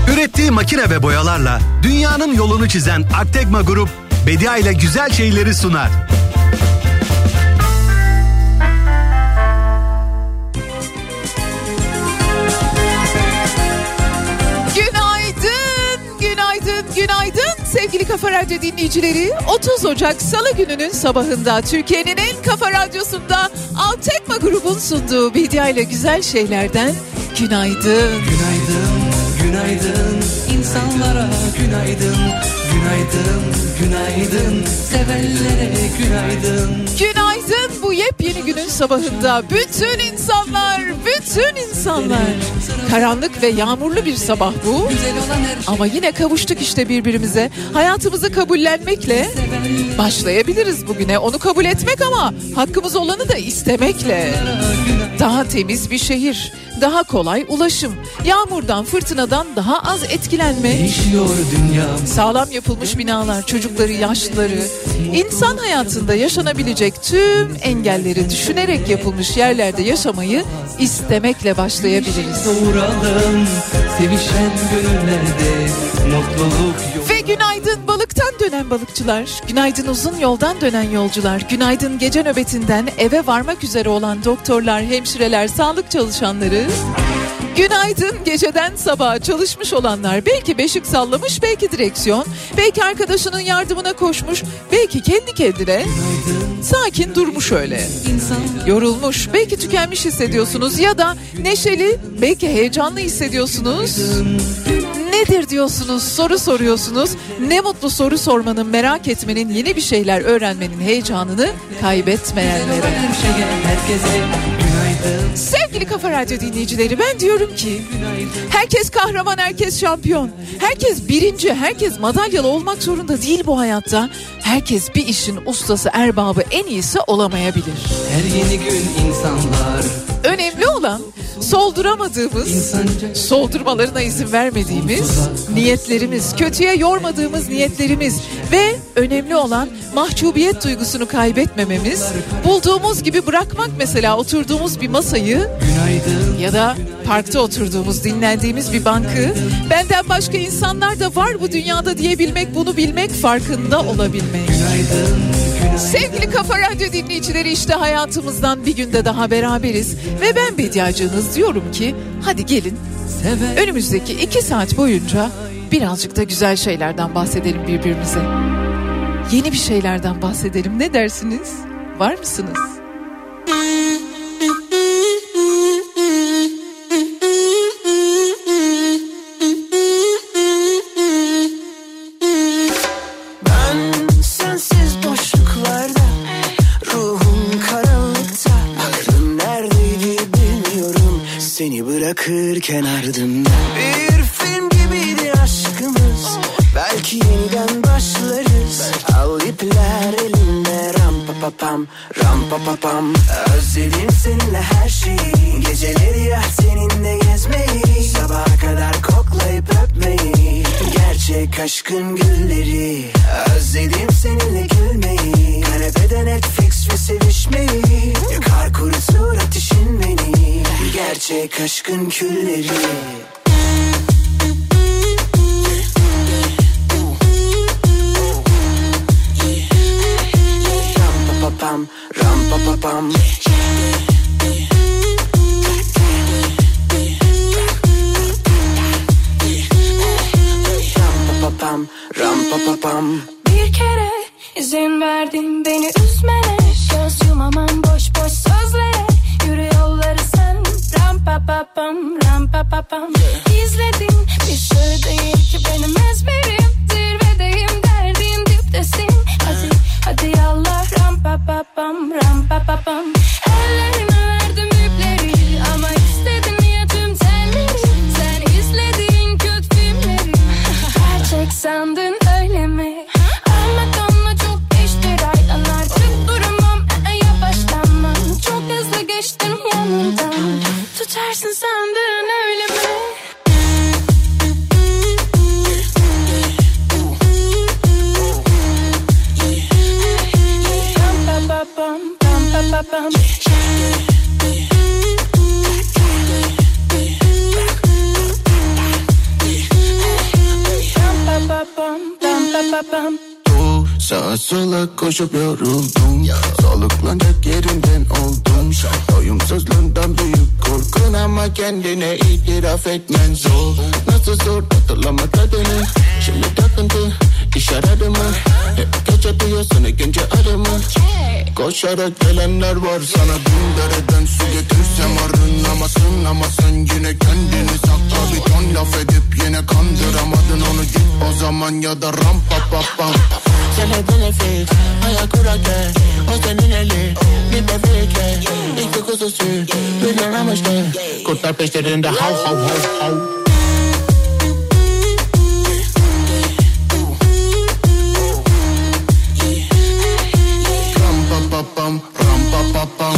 Ürettiği makine ve boyalarla dünyanın yolunu çizen Artekma Grup, Bedia ile güzel şeyleri sunar. Günaydın sevgili Kafa Radyo dinleyicileri. 30 Ocak Salı gününün sabahında Türkiye'nin en kafa radyosunda Artekma Grubun sunduğu Bedia ile güzel şeylerden günaydın. Günaydın, günaydın insanlara günaydın. Günaydın, günaydın sevenlere günaydın. Günaydın bu yepyeni günün sabahında bütün insanlar. Karanlık ve yağmurlu bir sabah bu. Ama yine kavuştuk işte birbirimize. Hayatımızı kabullenmekle başlayabiliriz bugüne. Onu kabul etmek ama hakkımız olanı da istemekle. Daha temiz bir şehir, daha kolay ulaşım, yağmurdan, fırtınadan daha az etkilenme, sağlam yapılmış binalar, çocukları, yaşlıları, insan hayatında yaşanabilecek tüm engelleri düşünerek yapılmış yerlerde yaşamayı istemekle başlayabiliriz. Sevişen gönüllerde mutluluk yok. Ve günaydın balıktan dönen balıkçılar, günaydın uzun yoldan dönen yolcular, günaydın gece nöbetinden eve varmak üzere olan doktorlar, hemşireler, sağlık çalışanları, günaydın geceden sabaha çalışmış olanlar, belki beşik sallamış, belki direksiyon, belki arkadaşının yardımına koşmuş, belki kendi kendine sakin durmuş öyle. Yorulmuş, belki tükenmiş hissediyorsunuz ya da neşeli, belki heyecanlı hissediyorsunuz. Nedir diyorsunuz, soru soruyorsunuz. Ne mutlu soru sormanın, merak etmenin, yeni bir şeyler öğrenmenin heyecanını kaybetmeyenlere. Sevgili Kafa Radyo dinleyicileri, ben diyorum ki herkes kahraman, herkes şampiyon, herkes birinci, herkes madalyalı olmak zorunda değil bu hayatta. Herkes bir işin ustası, erbabı, en iyisi olamayabilir. Her yeni gün insanlar. Önemli olan solduramadığımız, soldurmalarına izin vermediğimiz niyetlerimiz, kötüye yormadığımız niyetlerimiz ve önemli olan mahcubiyet duygusunu kaybetmememiz, bulduğumuz gibi bırakmak, mesela oturduğumuz bir masayı ya da parkta oturduğumuz, dinlendiğimiz bir bankı, benden başka insanlar da var bu dünyada diyebilmek, bunu bilmek, farkında olabilmek. Sevgili Kafa Radyo dinleyicileri, işte hayatımızdan bir günde daha beraberiz ve ben Bediacığınız diyorum ki hadi gelin önümüzdeki 2 saat boyunca birazcık da güzel şeylerden bahsedelim birbirimize. Yeni bir şeylerden bahsedelim, ne dersiniz? Var mısınız? Bırakırken ardından bir film gibiydi aşkımız. Belki yeniden başlarız. Al ipler elimde, ram pa pa pam, ram pa pa pam. Özledim seninle her şeyi, geceleri ya seninle gezmeyi, sabaha kadar koklayıp öpmeyi, gerçek aşkın gülleri. Özledim seninle gülmeyi, kanepede Netflix ve sevişmeyi, yakar kurutur ateşin beni, gerçek aşkın külleri. Ram pa pa pam. Ram pa pa pam. Bir kere izin verdin beni üzmene, göz yumamam boş boş sözlere, yürü yolları sen. Ram pa pa pam, ram pa pa pam. İzledin bir şey değil ki benim ezberim, zirvedeyim derdin diptesin. Hadi yallah, ram pa pa pam, ram pa pa pam. Ellerime verdim ipleri ama istedin ya tüm telleri. Sen izlediğin kötü filmleri gerçek sandın öyle mi? Anlatanla çok geçti raydan, artık duramam, yavaşlanmam. Çok hızlı geçtim yanından, tutarsın sandın öyle mi? Ram pa pam. Sağa sola koşup yoruldum, soluklanacak yerinden oldum. Doyumsuzluğundan büyük korkun ama kendine itiraf etmen zor. Nasıl zor hatırlama tadını. Şimdi takıntı iş aradı mı? Hep geç atıyorsun ikinci adımı. Koşarak gelenler var sana, bin dereden su getirsem arınamazsın. Ama sen yine kendini sakla, bir ton laf edip yine kandıramadın onu. Git o zaman ya da ram pa pa pam. Sen hep benefit, ayak kurake, o senin eli, bir bebekle, iki kuzusu, bir aramıştı, kurtlar peşlerinde hav hav hav hav. Ram pa pa pam, ram pa pa pam.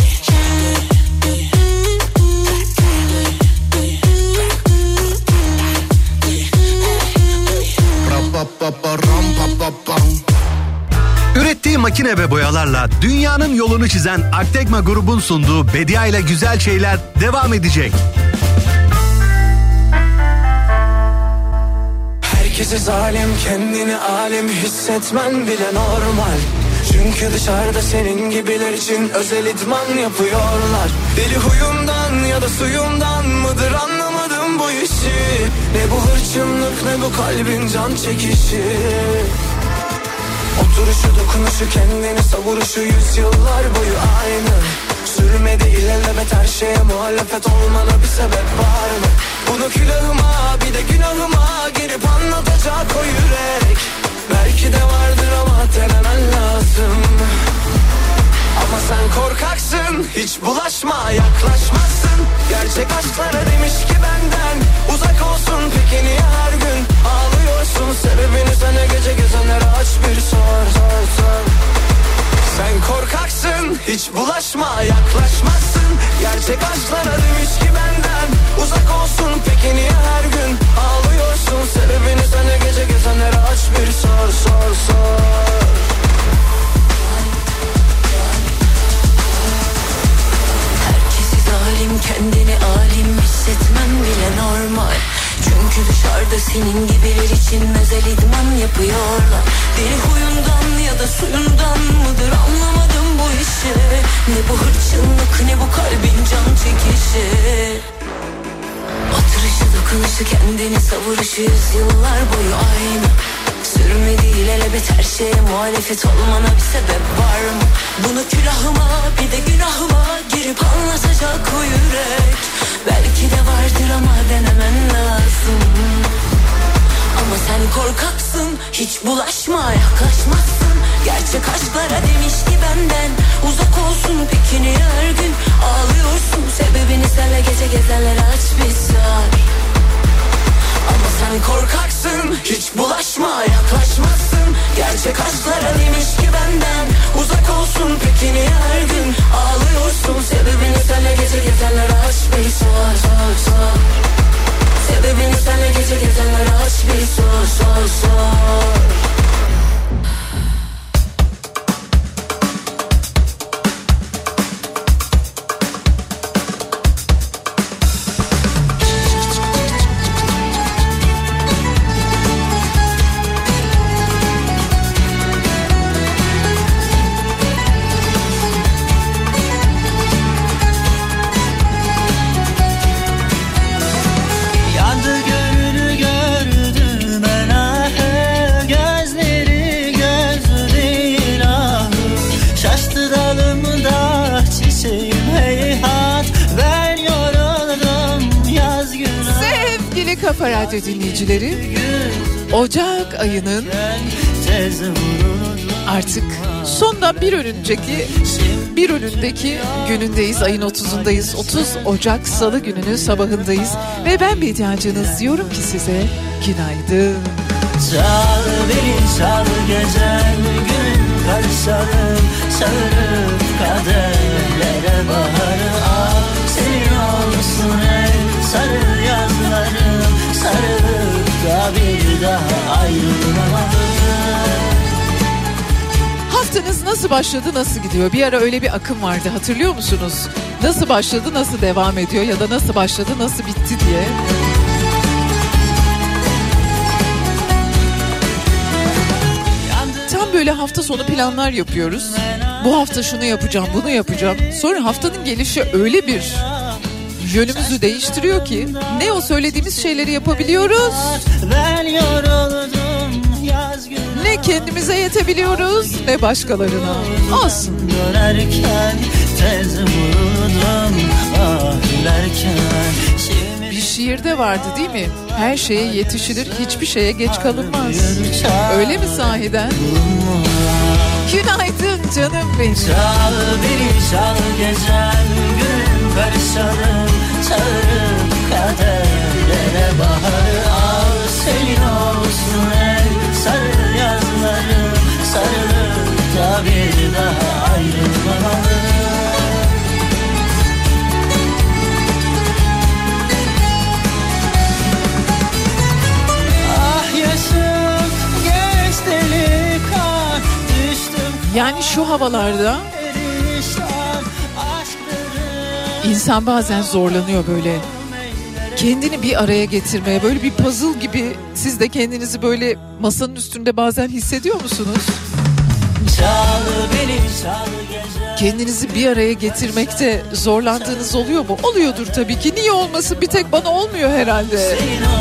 Ram pa pa pa, ram pa pa pam. Ürettiği makine ve boyalarla dünyanın yolunu çizen Aktegma grubun sunduğu Bedia ile Güzel Şeyler devam edecek. Herkese zalim, kendini alim hissetmen bile normal. Çünkü dışarıda senin gibiler için özel idman yapıyorlar. Deli huyundan ya da suyundan mıdır anlamadım bu işi. Ne bu hırçınlık ne bu kalbin can çekişi. Oturuşu dokunuşu kendini savuruşu yüzyıllar boyu aynı. Sürmedi ilelebet her şeye muhalefet olmana bir sebep var mı? Bunu külahıma bir de günahıma girip anlatacak o yürek. Belki de vardır ama denemen lazım. Ama sen korkaksın, hiç bulaşma yaklaşmazsın. Gerçek aşklara demiş ki benden uzak olsun. Peki niye her gün ağlıyorsun? Sebebini sana gece gezenlere aç bir sor sor sor. Sen korkaksın, hiç bulaşma yaklaşmazsın. Gerçek aşklara demiş ki benden uzak olsun. Peki niye her gün ağlıyorsun? Sebebini sana gece gezenlere aç bir sor sor sor. Kendini alim hissetmen bile normal. Çünkü dışarıda senin gibiler için özel idman yapıyorlar. Deli huyundan ya da suyundan mıdır anlamadım bu işi. Ne bu hırçınlık ne bu kalbin can çekişi. Oturuşu dokunuşu kendini savuruşu yüzyıllar boyu aynı. Sürmedi ilelebet her şeye muhalefet olmana bir sebep var mı? Bunu külahıma bir de günahıma girip anlatacak o yürek. Belki de vardır ama denemen lazım. Ama sen korkaksın, hiç bulaşma yaklaşmazsın. Gerçek aşklara demiş ki benden uzak olsun. Peki niye her gün ağlıyorsun? Sebebini senle gece gezenlere aç bir sor. Ama sen korkaksın, hiç bulaşma yaklaşmazsın. Gerçek aşklara demiş ki benden uzak olsun. Peki niye her gün ağlıyorsun? Sebebini senle gece gezenlere aç bir sor sor sor. Sebebini senle gece gezenlere aç bir sor sor sor. Kafa Radyo dinleyicileri, Ocak ayının artık sondan bir önündeki günündeyiz. Ayın 30'undayız. 30 Ocak Salı gününün sabahındayız. Ve ben Bediacınız diyorum ki size günaydın. Çal beni çal gecen gün karışalım. Sarıp kaderlere baharı al. Senin olsun ey sarı yazlarım. Sarılıp da bir daha ayrılamadım. Haftanız nasıl başladı, nasıl gidiyor? Bir ara öyle bir akım vardı, hatırlıyor musunuz? Nasıl başladı, nasıl devam ediyor ya da nasıl başladı, nasıl bitti diye. böyle hafta sonu planlar yapıyoruz. Bu hafta şunu yapacağım, bunu yapacağım. Sonra haftanın gelişi öyle bir yönümüzü değiştiriyor ki ne o söylediğimiz şeyleri yapabiliyoruz, ne kendimize yetebiliyoruz, ne başkalarına. Olsun. Bir şiirde vardı değil mi? Her şeye yetişilir, hiçbir şeye geç kalınmaz. Öyle mi sahiden? Günaydın canım benim. Çal beni çal gecem gün karışalım. Çağırıp kaderlere baharı al. Senin olsun el sarı yazlarım. Sarılıp da bir daha ayrılmamalı. Yani şu havalarda insan bazen zorlanıyor böyle. Kendini bir araya getirmeye, böyle bir puzzle gibi siz de kendinizi böyle masanın üstünde bazen hissediyor musunuz? Kendinizi bir araya getirmekte zorlandığınız oluyor mu? Oluyordur tabii ki. Niye olmasın? Bir tek bana olmuyor herhalde.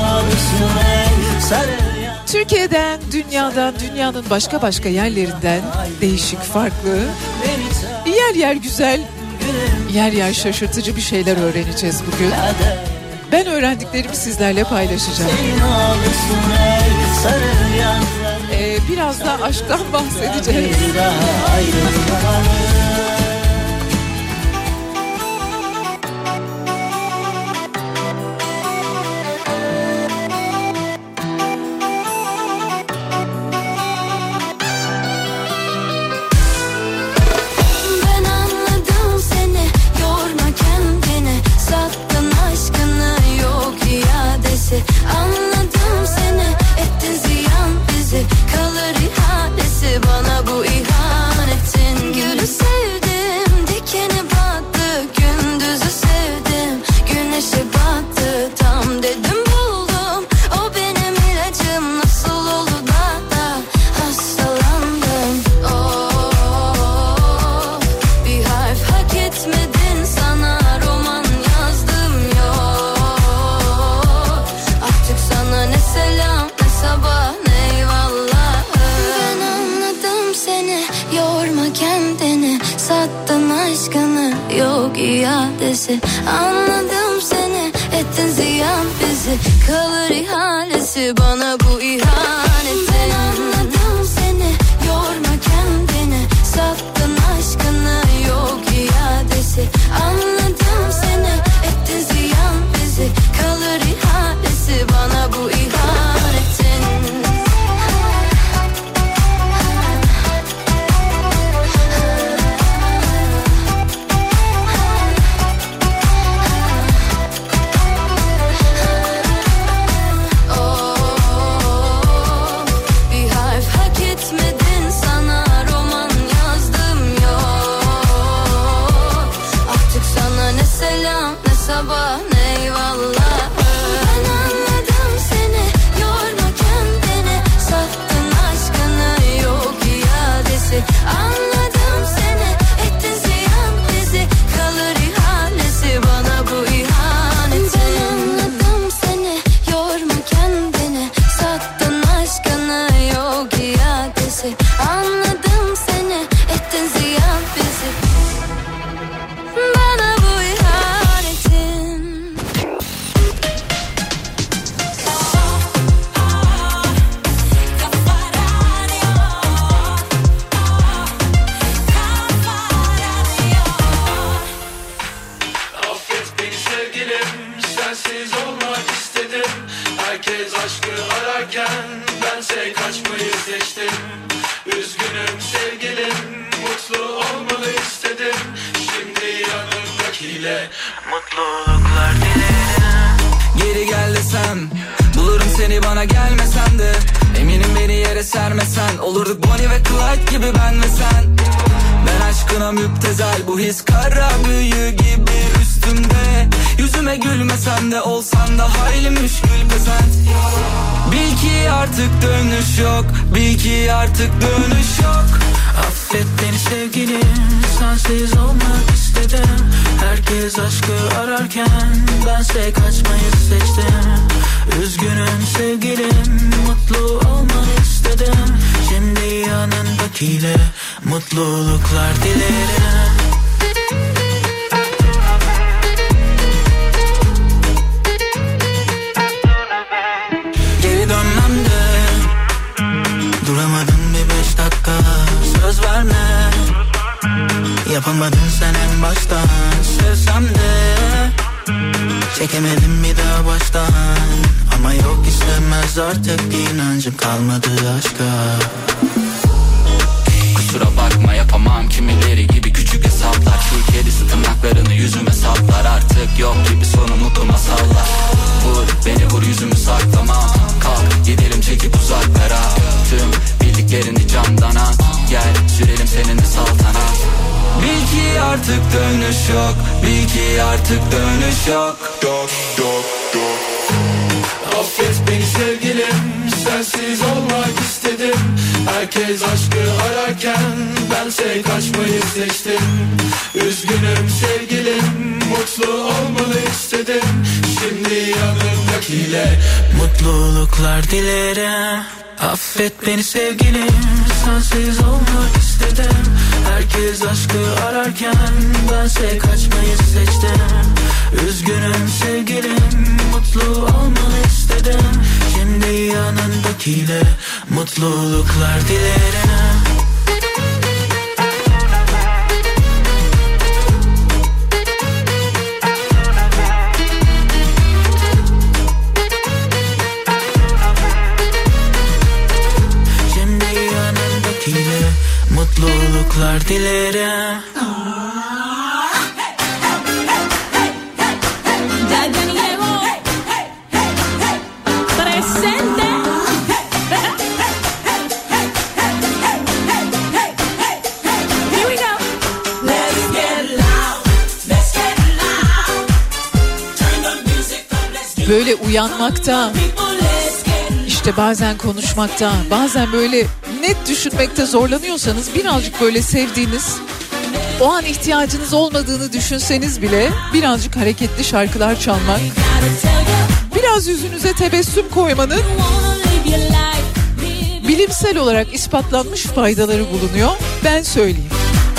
Türkiye'den, dünyadan, dünyanın başka yerlerinden değişik, farklı, yer yer güzel, yer yer şaşırtıcı bir şeyler öğreneceğiz bugün. Ben öğrendiklerimi sizlerle paylaşacağım. Biraz da aşktan bahsedeceğiz. Anladım seni, ettin ziyan bizi. Kalır ihanesi bana bu ihanetin. Gülü sevdim, dikeni battı. Gündüzü sevdim, güneşe battı. Tam dedim buldum, o benim ilacım. Nasıl oldu da hastalandım. Oh, bir harf hak etmedin, sana roman yazdım yok. Artık sana ne selam, ne sabah, ne eyvallah. Ben anladım seni, yorma kendini. Sattın aşkını, yok iadesi. Anladım seni, ettin ziyan bizi. Kalır ihalesi bana bu ihanetin. Ben anladım seni, yorma kendini. Sattın aşkını, yok iadesi. Anladım seni, ettin ziyan bizi. Kalır ihalesi bana bu ihanetin. Bir harf hak etmedin, sana roman yazdım yok. Artık sana ne selam, ne sabah, ne eyvallah. Ben anladım seni, yorma kendini. Sattın aşkını, yok iadesi. Anladım seni, ettin ziyan bizi. Kalır ihalesi bana bu ihanetin. Ben anladım seni, yorma kendini. Sattın aşkını, yok iadesi. Anladım seni, ettin ziyan bizi. Bana bu ihanetin. Affet beni sevgilim, sensiz olmak istedim. Herkes aşkı ararken bense kaçmayı seçtim. Üzgünüm sevgilim, mutlu olmanı istedim. Şimdi yanımdakiyle mutluluklar dilerim. Geri gel desem, bulurum seni bana gelmesen de. Eminim beni yere sermesen, olurduk Bonnie ve Clyde gibi ben ve sen. Ben aşkına müptezel, bu his kara büyü gibi üstümde. Yüzüme gülmesen de olsan da hayli müşkül pesent. Bil ki artık dönüş yok, bil ki artık dönüş yok. Affet beni sevgilim, sensiz olmak istedim. Herkes aşkı ararken bense kaçmayı seçtim. Üzgünüm sevgilim, mutlu olmanı istedim. Şimdi yanındakiyle mutluluklar dilerim. Geri dönmem de duramadım bir 5 dakika. Söz verme, yapamadın sen en baştan. Sevsem de çekemedim bir daha baştan. Ama yok istemez artık, inancım kalmadı aşka. Kusura bakma yapamam kimileri gibi küçük hesaplar. Şu kedisi tırnaklarını yüzüme saplar. Artık yok gibi sonu mutlu masallar. Vur beni vur yüzümü saklamam. Kalk gidelim çekip uzaklara. Tüm bildiklerini camdan at. Gel sürelim seninle saltanat. Bil ki artık dönüş yok, bil ki artık dönüş yok. Affet beni sevgilim, sensiz olmak istedim. Herkes aşkı ararken bense kaçmayı seçtim. Üzgünüm sevgilim, mutlu olmanı istedim. Şimdi yanımdakiyle mutluluklar dilerim. Affet beni sevgilim, sensiz olmak istedim. Herkes aşkı ararken bense kaçmayı seçtim. Üzgünüm sevgilim, mutlu olmanı istedim. Şimdi yanındakiyle mutluluklar dilerim. Şimdi yanındakiyle mutluluklar dilerim. Böyle uyanmakta, işte bazen konuşmakta, bazen böyle net düşünmekte zorlanıyorsanız birazcık böyle sevdiğiniz, o an ihtiyacınız olmadığını düşünseniz bile birazcık hareketli şarkılar çalmak, biraz yüzünüze tebessüm koymanın bilimsel olarak ispatlanmış faydaları bulunuyor. Ben söyleyeyim.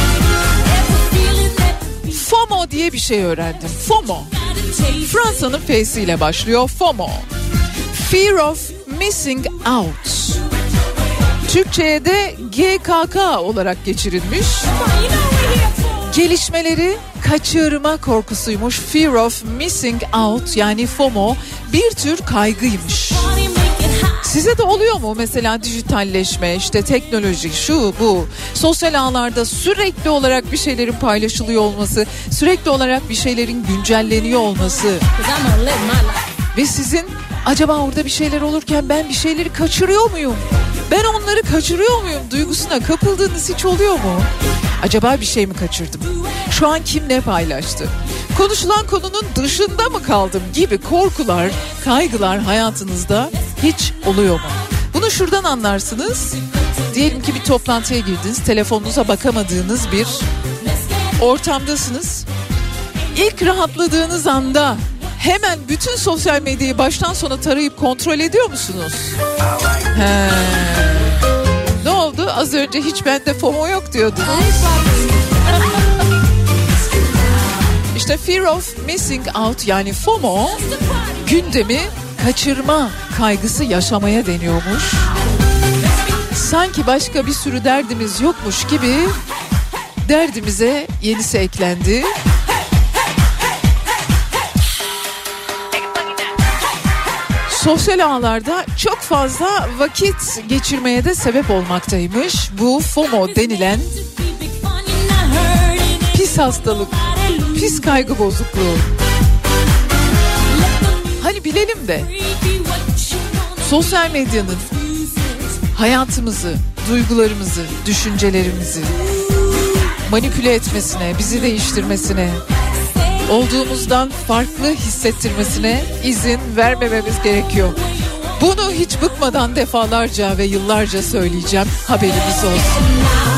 FOMO diye bir şey öğrendim. FOMO. Fransa'nın F'siyle başlıyor. FOMO. Fear of Missing Out. Türkçe'ye de GKK olarak geçirilmiş. Gelişmeleri kaçırma korkusuymuş. Fear of Missing Out yani FOMO bir tür kaygıymış. Size de oluyor mu mesela dijitalleşme, işte teknoloji, şu bu, sosyal ağlarda sürekli olarak bir şeylerin paylaşılıyor olması, sürekli olarak bir şeylerin güncelleniyor olması ve sizin acaba orada bir şeyler olurken ben bir şeyleri kaçırıyor muyum? Ben onları kaçırıyor muyum duygusuna kapıldığınız hiç oluyor mu? Acaba bir şey mi kaçırdım? Şu an kim ne paylaştı? Konuşulan konunun dışında mı kaldım gibi korkular, kaygılar hayatınızda hiç oluyor mu? Bunu şuradan anlarsınız. Diyelim ki bir toplantıya girdiniz, telefonunuza bakamadığınız bir ortamdasınız. İlk rahatladığınız anda hemen bütün sosyal medyayı baştan sona tarayıp kontrol ediyor musunuz? Ne oldu? Az önce hiç bende FOMO yok diyordunuz. İşte Fear of Missing Out yani FOMO gündemi kaçırma kaygısı yaşamaya deniyormuş. Sanki başka bir sürü derdimiz yokmuş gibi derdimize yenisi eklendi. Sosyal ağlarda çok fazla vakit geçirmeye de sebep olmaktaymış. Bu FOMO denilen pis hastalık, pis kaygı bozukluğu. Hani bilelim de sosyal medyanın hayatımızı, duygularımızı, düşüncelerimizi manipüle etmesine, bizi değiştirmesine, olduğumuzdan farklı hissettirmesine izin vermememiz gerekiyor. Bunu hiç bıkmadan defalarca ve yıllarca söyleyeceğim. Haberiniz olsun.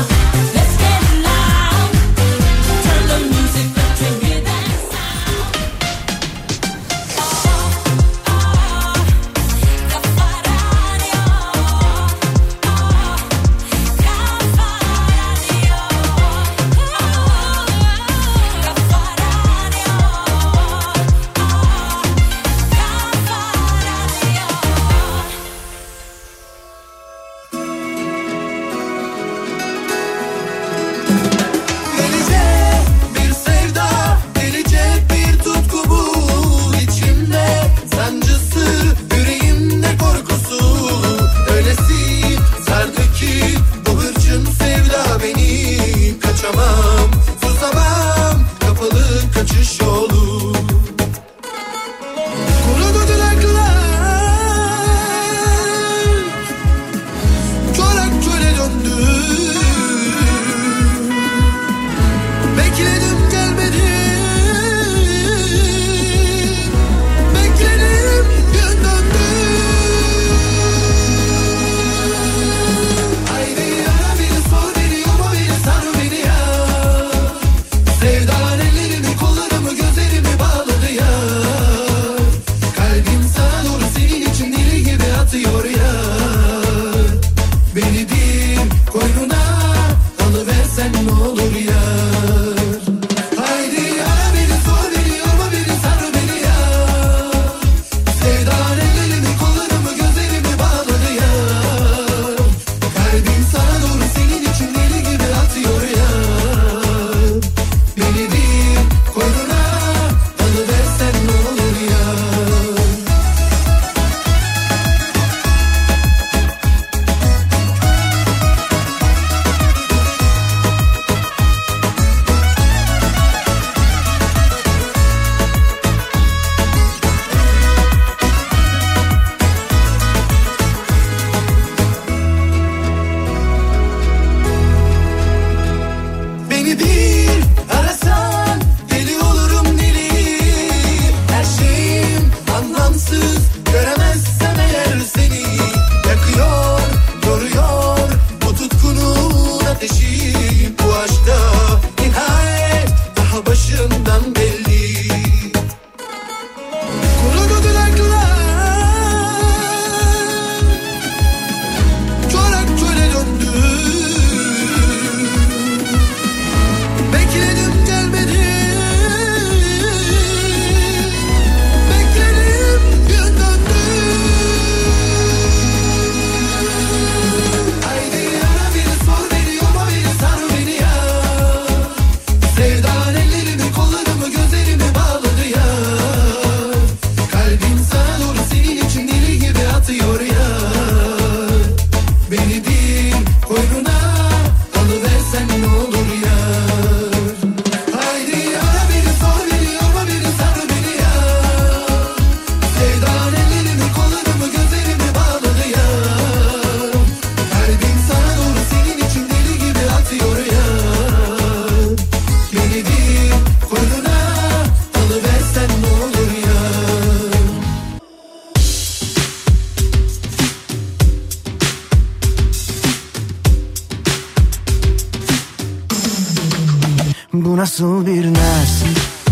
Bu nasıl bir naz,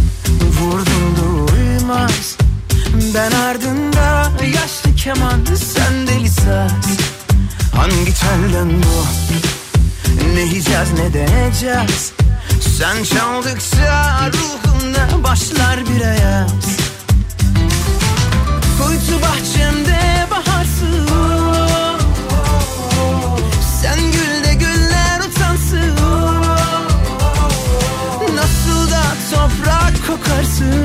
vurdum da uymaz. Ben ardında yaşlı keman, sen deli saz. Hangi telden bu, ne Hicaz ne de Necaz. Sen çaldıkça ruhumda başlar bir ayaz. Kuytu bahçemde baharsın, sen gül de güller utansın. Nasıl da toprak kokarsın,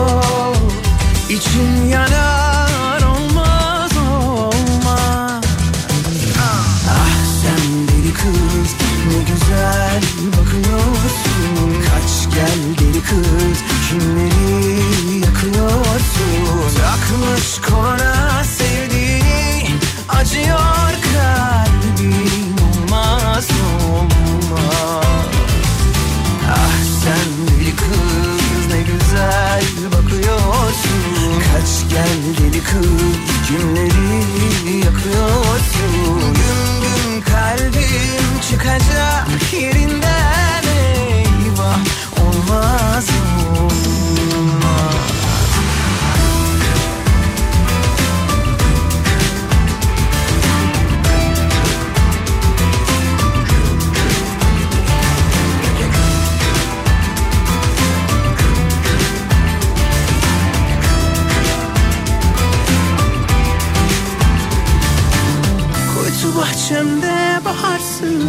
İçim yanar olmaz olmaz. Ah sen deli kız, ne güzel bakıyorsun. Kaç gel deli kız, kimleri yakıyorsun. Takmış koluna sevdiğin bahçemde baharsın.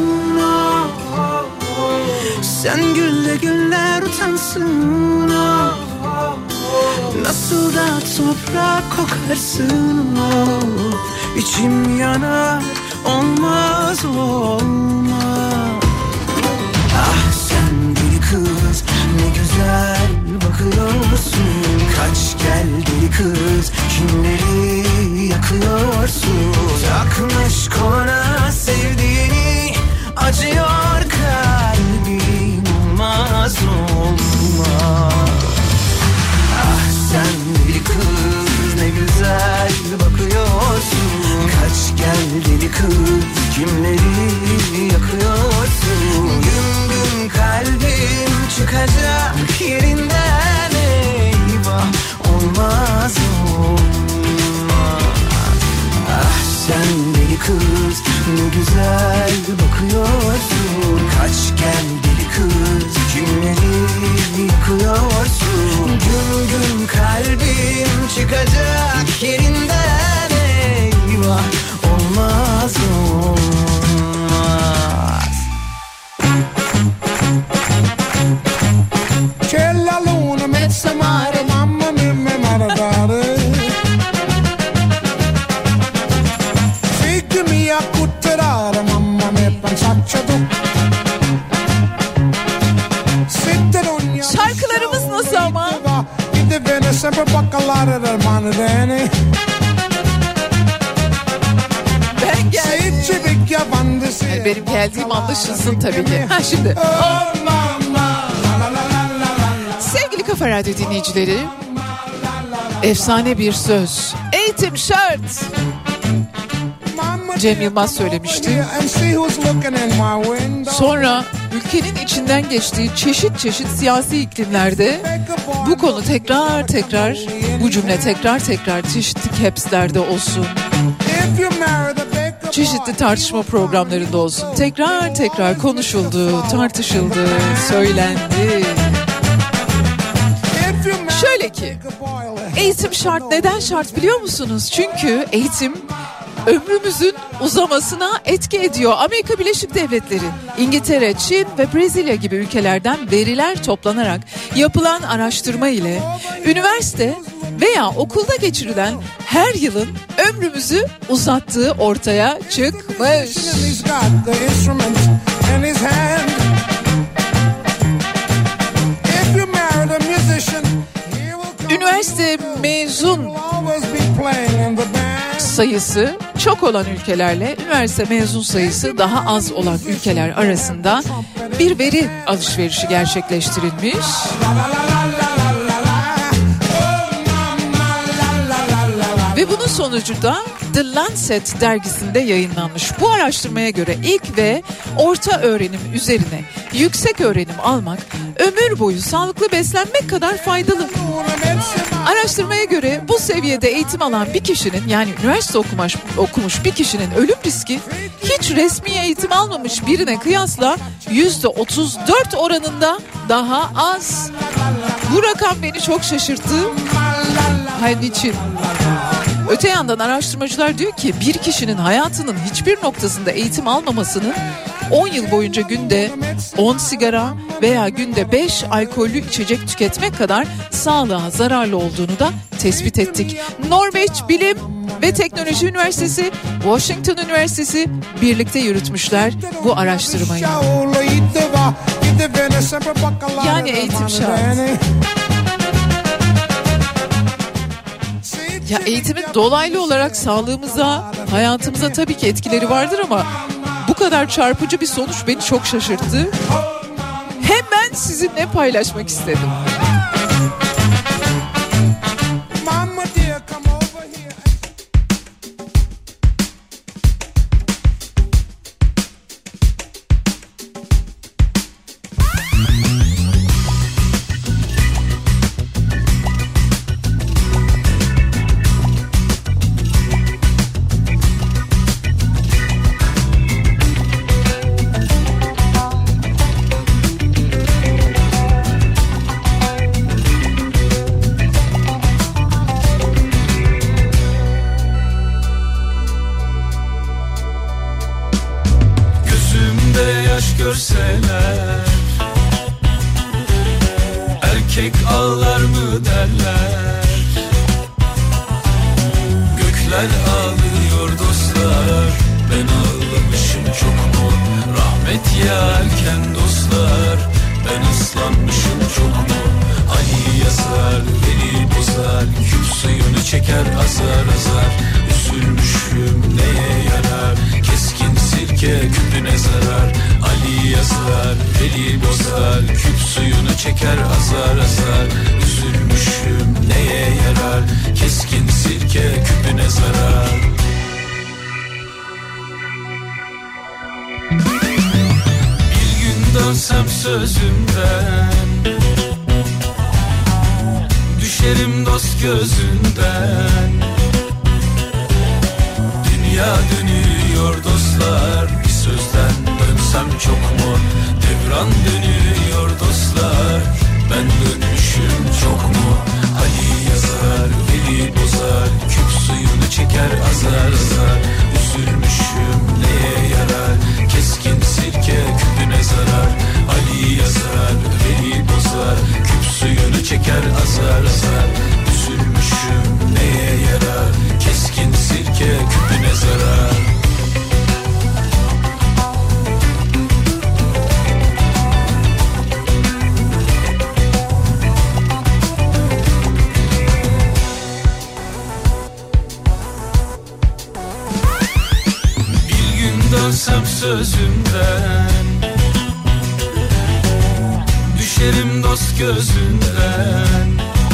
Sen gülle güller utansın. Nasıl da toprak kokarsın. İçim yanar, olmaz olmaz. Ah sen deli kız, ne güzel bakıyorsun. Kaç gel deli kız, kimleri yakıyorsun. Takmış koluna sevdiğini, acıyor kalbim, olmaz olmaz. Ah sen deli kız, ne güzel bakıyorsun. Kaç gel deli kız, kimleri yakıyorsun. Gün gün kalbim çıkacak yerinden, eyvah, olmaz olmaz. Ah sen deli kız, ne güzel bakıyorsun. Kaç gel deli kız, kimleri yakıyorsun. Gün gün kalbim çıkacak yerinden, eyvah, olmaz olmaz. C'è la luna mezza mare, mamma mia mi maradare. Figli mi accutterare, mamma mia pensaccia tu. Şarkılarımız nasıl ama? Ti viene sempre baccalare del mano bene. Ben geldim. Yani benim geldiğim anlaşılsın tabii ki. Ha şimdi. Sevgili Kafa Radyo dinleyicileri, efsane bir söz. Eğitim şart. Cem Yılmaz söylemişti. Sonra ülkenin içinden geçtiği çeşit çeşit siyasi iklimlerde bu konu tekrar bu cümle tekrar çeşitli capslerde olsun, çeşitli tartışma programlarında olsun, tekrar konuşuldu, tartışıldı, söylendi. Şöyle ki, eğitim şart. Neden şart biliyor musunuz? Çünkü eğitim ömrümüzün uzamasına etki ediyor. Amerika Birleşik Devletleri, İngiltere, Çin ve Brezilya gibi ülkelerden veriler toplanarak yapılan araştırma ile üniversite veya okulda geçirilen her yılın ömrümüzü uzattığı ortaya çıkmış. Üniversite mezun sayısı çok olan ülkelerle üniversite mezun sayısı daha az olan ülkeler arasında bir veri alışverişi gerçekleştirilmiş. Ve bunun sonucu da The Lancet dergisinde yayınlanmış. Bu araştırmaya göre ilk ve orta öğrenim üzerine yüksek öğrenim almak ömür boyu sağlıklı beslenmek kadar faydalı. Araştırmaya göre bu seviyede eğitim alan bir kişinin, yani üniversite okumuş bir kişinin ölüm riski hiç resmi eğitim almamış birine kıyasla %34 oranında daha az. Bu rakam beni çok şaşırttı. Hayır, niçin? Öte yandan araştırmacılar diyor ki bir kişinin hayatının hiçbir noktasında eğitim almamasının 10 yıl boyunca günde 10 sigara veya günde 5 alkollü içecek tüketmek kadar sağlığa zararlı olduğunu da tespit ettik. Norveç Bilim ve Teknoloji Üniversitesi, Washington Üniversitesi birlikte yürütmüşler bu araştırmayı. Yani eğitim şart. Ya eğitimin dolaylı olarak sağlığımıza, hayatımıza tabii ki etkileri vardır ama bu kadar çarpıcı bir sonuç beni çok şaşırttı. Hemen sizinle paylaşmak istedim. görseler, erkek ağlar mı derler. Gökler ağlıyor dostlar, ben ağlamışım çok mu? Rahmet yağarken dostlar, ben ıslanmışım çok mu? Ali yazar, Veli bozar, küp suyunu çeker azar azar. Üzülmüşüm neye yarar, keskin sirke küpüne zarar. Ali yazar, Veli bozar, küp suyunu çeker azar azar. Üzülmüşüm neye yarar, keskin sirke küpüne zarar. Bir gün dönsem sözümden, düşerim dost gözünden. Dünya dönüyor dostlar, bir sözden dönsem çok mu? Devran dönüyor dostlar, ben dönmüşüm çok mu? Ali yazar, Veli bozar, küp suyunu çeker azar azar. Üzülmüşüm neye yarar, keskin sirke küpüne zarar. Ali yazar, Veli bozar, küp suyunu çeker azar azar. Üzülmüşüm neye yarar, keskin sirke küpüne zarar. Bir gün dönsem sözümden, düşerim dost gözünden.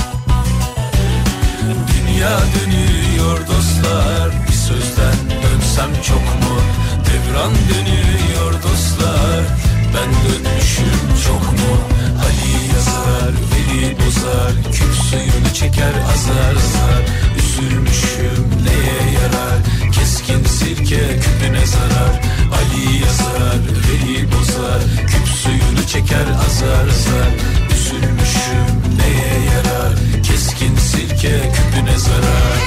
Dünya dönüyor dostlar, bir sözden dönsem çok mu? Devran dönüyor dostlar, ben dönmüşüm çok mu? Ali yazar, Veli bozar, küp suyunu çeker azar azar. Üzülmüşüm neye yarar, keskin sirke küpüne zarar. Ali yazar, Veli bozar, küp suyunu çeker azar azar. Üzülmüşüm neye yarar, keskin sirke küpüne zarar.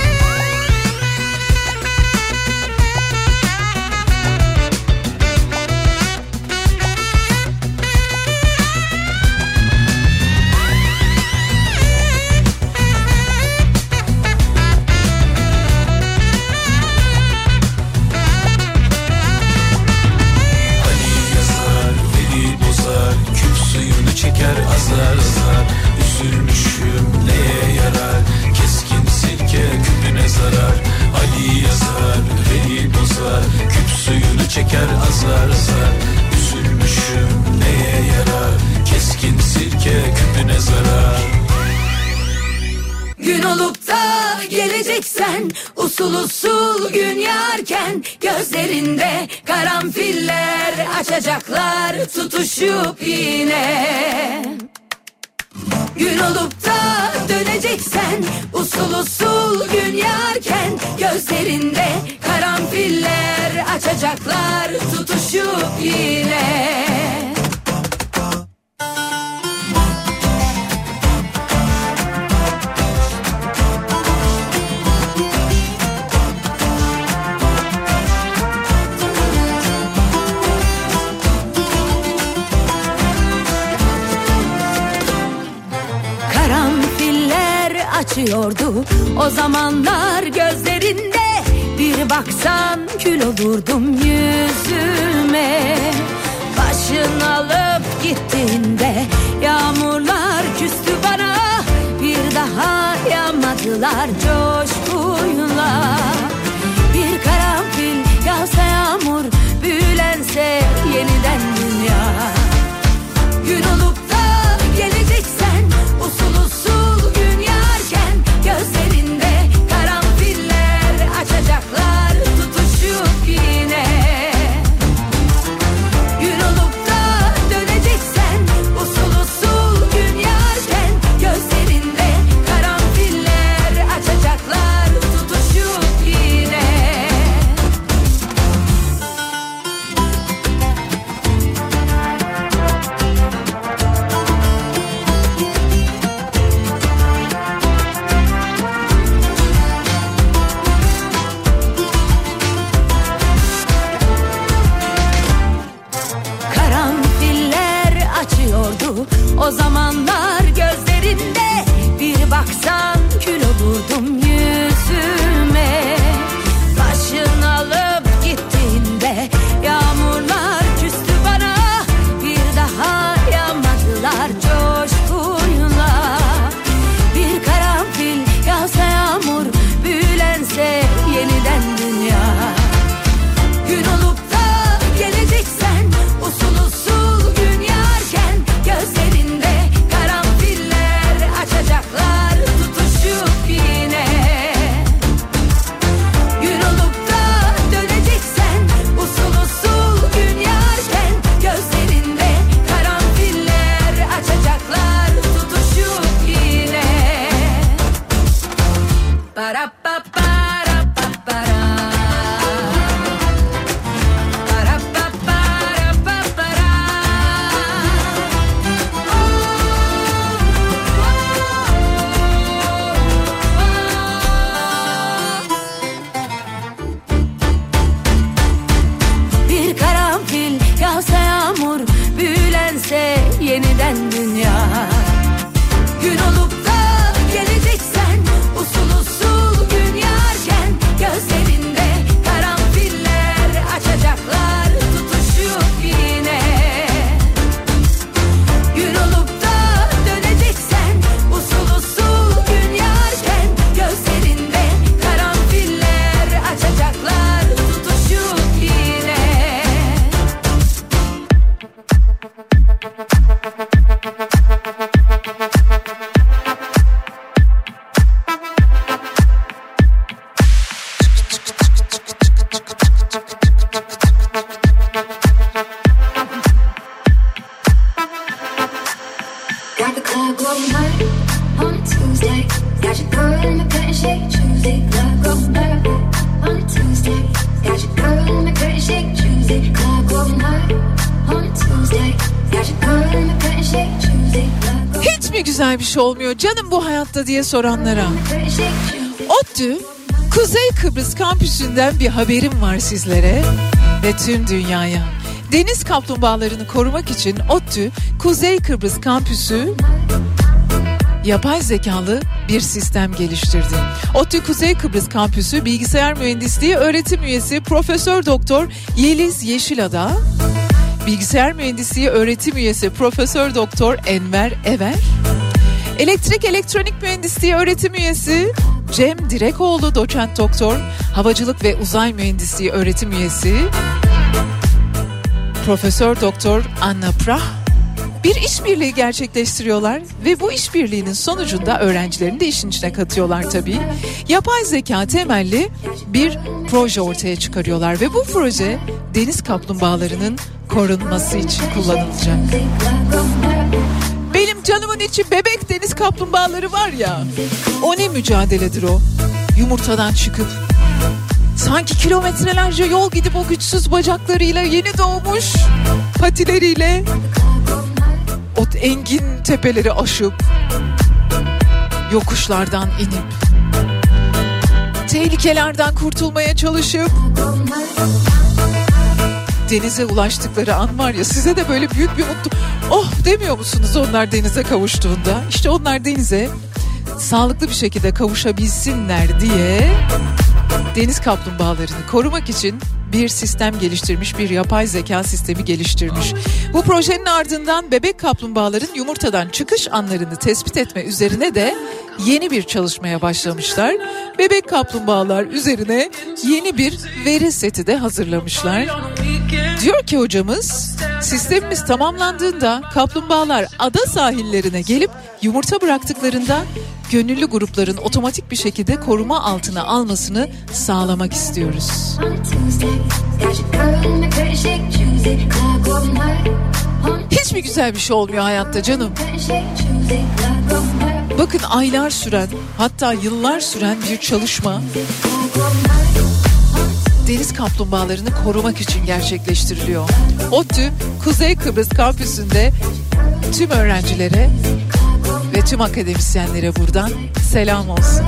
Çeker azar azar. Üzülmüşüm neye yarar, keskin sirke küpüne zarar. Ali yazar, Veli bozar, küp suyunu çeker azar azar. Üzülmüşüm neye yarar, keskin sirke küpüne zarar. Gün olup da geleceksen, usul usul gün yağarken, gözlerinde karanfiller açacaklar tutuşup yine. Gün olup da döneceksen, usul usul gün yağarken, gözlerinde karanfiller açacaklar tutuşup yine. Açıyordu o zamanlar gözlerinde, bir baksan kül olurdum yüzüme. Başın alıp gittiğinde yağmurlar küstü bana, bir daha yağmadılar coşkuyla. Bir karanfil yağsa yağmur, büyülense yeniden dünya. Gün olup da geleceksen, usul usul gün yağarken, gözlerinde karanfiller açacaklar tutuşup yine. Gün olup da döneceksen, usul usul gün yağarken, gözlerinde karanfiller açacaklar tutuşup yine. mi güzel bir şey olmuyor canım bu hayatta diye soranlara. ODTÜ Kuzey Kıbrıs kampüsünden bir haberim var sizlere ve tüm dünyaya. Deniz kaplumbağalarını korumak için ODTÜ Kuzey Kıbrıs kampüsü yapay zekalı bir sistem geliştirdi. ODTÜ Kuzey Kıbrıs Kampüsü Bilgisayar Mühendisliği öğretim üyesi Profesör Doktor Yeliz Yeşilada, Bilgisayar Mühendisliği öğretim üyesi Profesör Doktor Enver Ever, Elektrik Elektronik Mühendisliği öğretim üyesi Cem Direkoğlu Doçent Doktor, Havacılık ve Uzay Mühendisliği öğretim üyesi Profesör Doktor Anna Prah bir işbirliği gerçekleştiriyorlar ve bu işbirliğinin sonucunda öğrencilerini de işin içine katıyorlar tabii. Yapay zeka temelli bir proje ortaya çıkarıyorlar ve bu proje deniz kaplumbağalarının korunması için kullanılacak. Benim canımın içi bebek deniz kaplumbağaları var ya, o ne mücadeledir o. Yumurtadan çıkıp sanki kilometrelerce yol gidip o güçsüz bacaklarıyla yeni doğmuş patileriyle o engin tepeleri aşıp yokuşlardan inip tehlikelerden kurtulmaya çalışıp denize ulaştıkları an var ya, size de böyle büyük bir mutlu oh demiyor musunuz onlar denize kavuştuğunda? İşte onlar denize sağlıklı bir şekilde kavuşabilsinler diye deniz kaplumbağalarını korumak için bir sistem geliştirmiş, bir yapay zeka sistemi geliştirmiş. Bu projenin ardından bebek kaplumbağaların yumurtadan çıkış anlarını tespit etme üzerine de yeni bir çalışmaya başlamışlar. Bebek kaplumbağalar üzerine yeni bir veri seti de hazırlamışlar. Diyor ki hocamız, sistemimiz tamamlandığında kaplumbağalar ada sahillerine gelip yumurta bıraktıklarında gönüllü grupların otomatik bir şekilde koruma altına almasını sağlamak istiyoruz. Hiç mi güzel bir şey olmuyor hayatta canım? Bakın aylar süren, hatta yıllar süren bir çalışma deniz kaplumbağalarını korumak için gerçekleştiriliyor. ODTÜ Kuzey Kıbrıs kampüsünde tüm öğrencilere ve tüm akademisyenlere buradan selam olsun.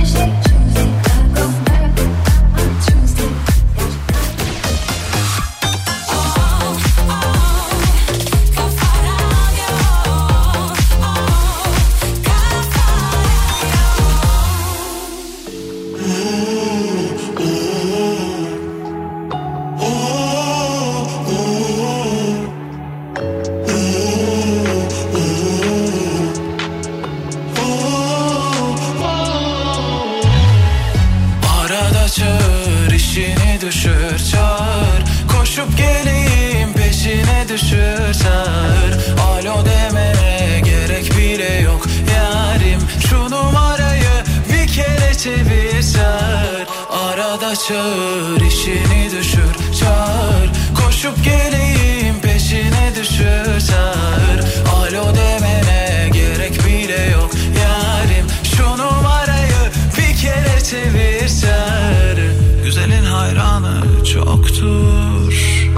Alo demene gerek bile yok yarim. Şu numarayı bir kere çevir çağır. Arada çağır, işini düşür çağır. Koşup geleyim peşine düşür çağır. Alo demene gerek bile yok yarim. Şu numarayı bir kere çevir çağır. Güzelin hayranı çoktur,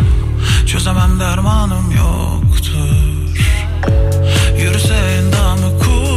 çözemem dermanım yoktur. Yürüse endamı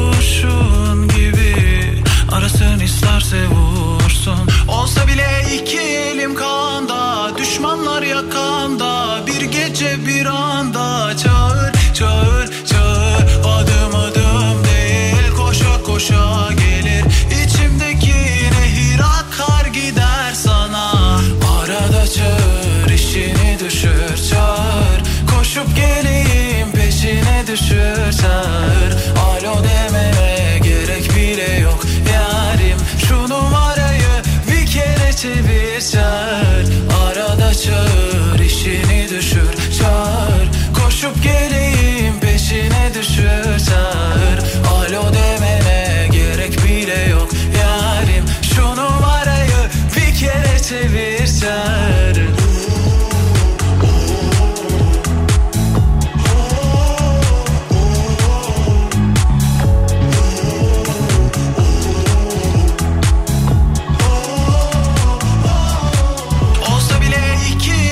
kurşun gibi, arasın isterse vursun. Olsa bile iki elim kanda, düşmanlar yakanda. Bir gece bir anda çağır, çağır, çağır. Adım adım değil, koşa koşa gelir. İçimdeki nehir akar gider sana. Arada çağır, işini düşür çağır. Koşup geleyim peşine düşür çağır. Alo demene gerek bile yok yarim. Şu numarayı bir kere çevir çağır. Arada çağır, işini düşür çağır. Koşup geleyim peşine düşür çağır. Alo demene gerek bile yok yarim. Şu numarayı bir kere çevir çağır. Olsa bile iki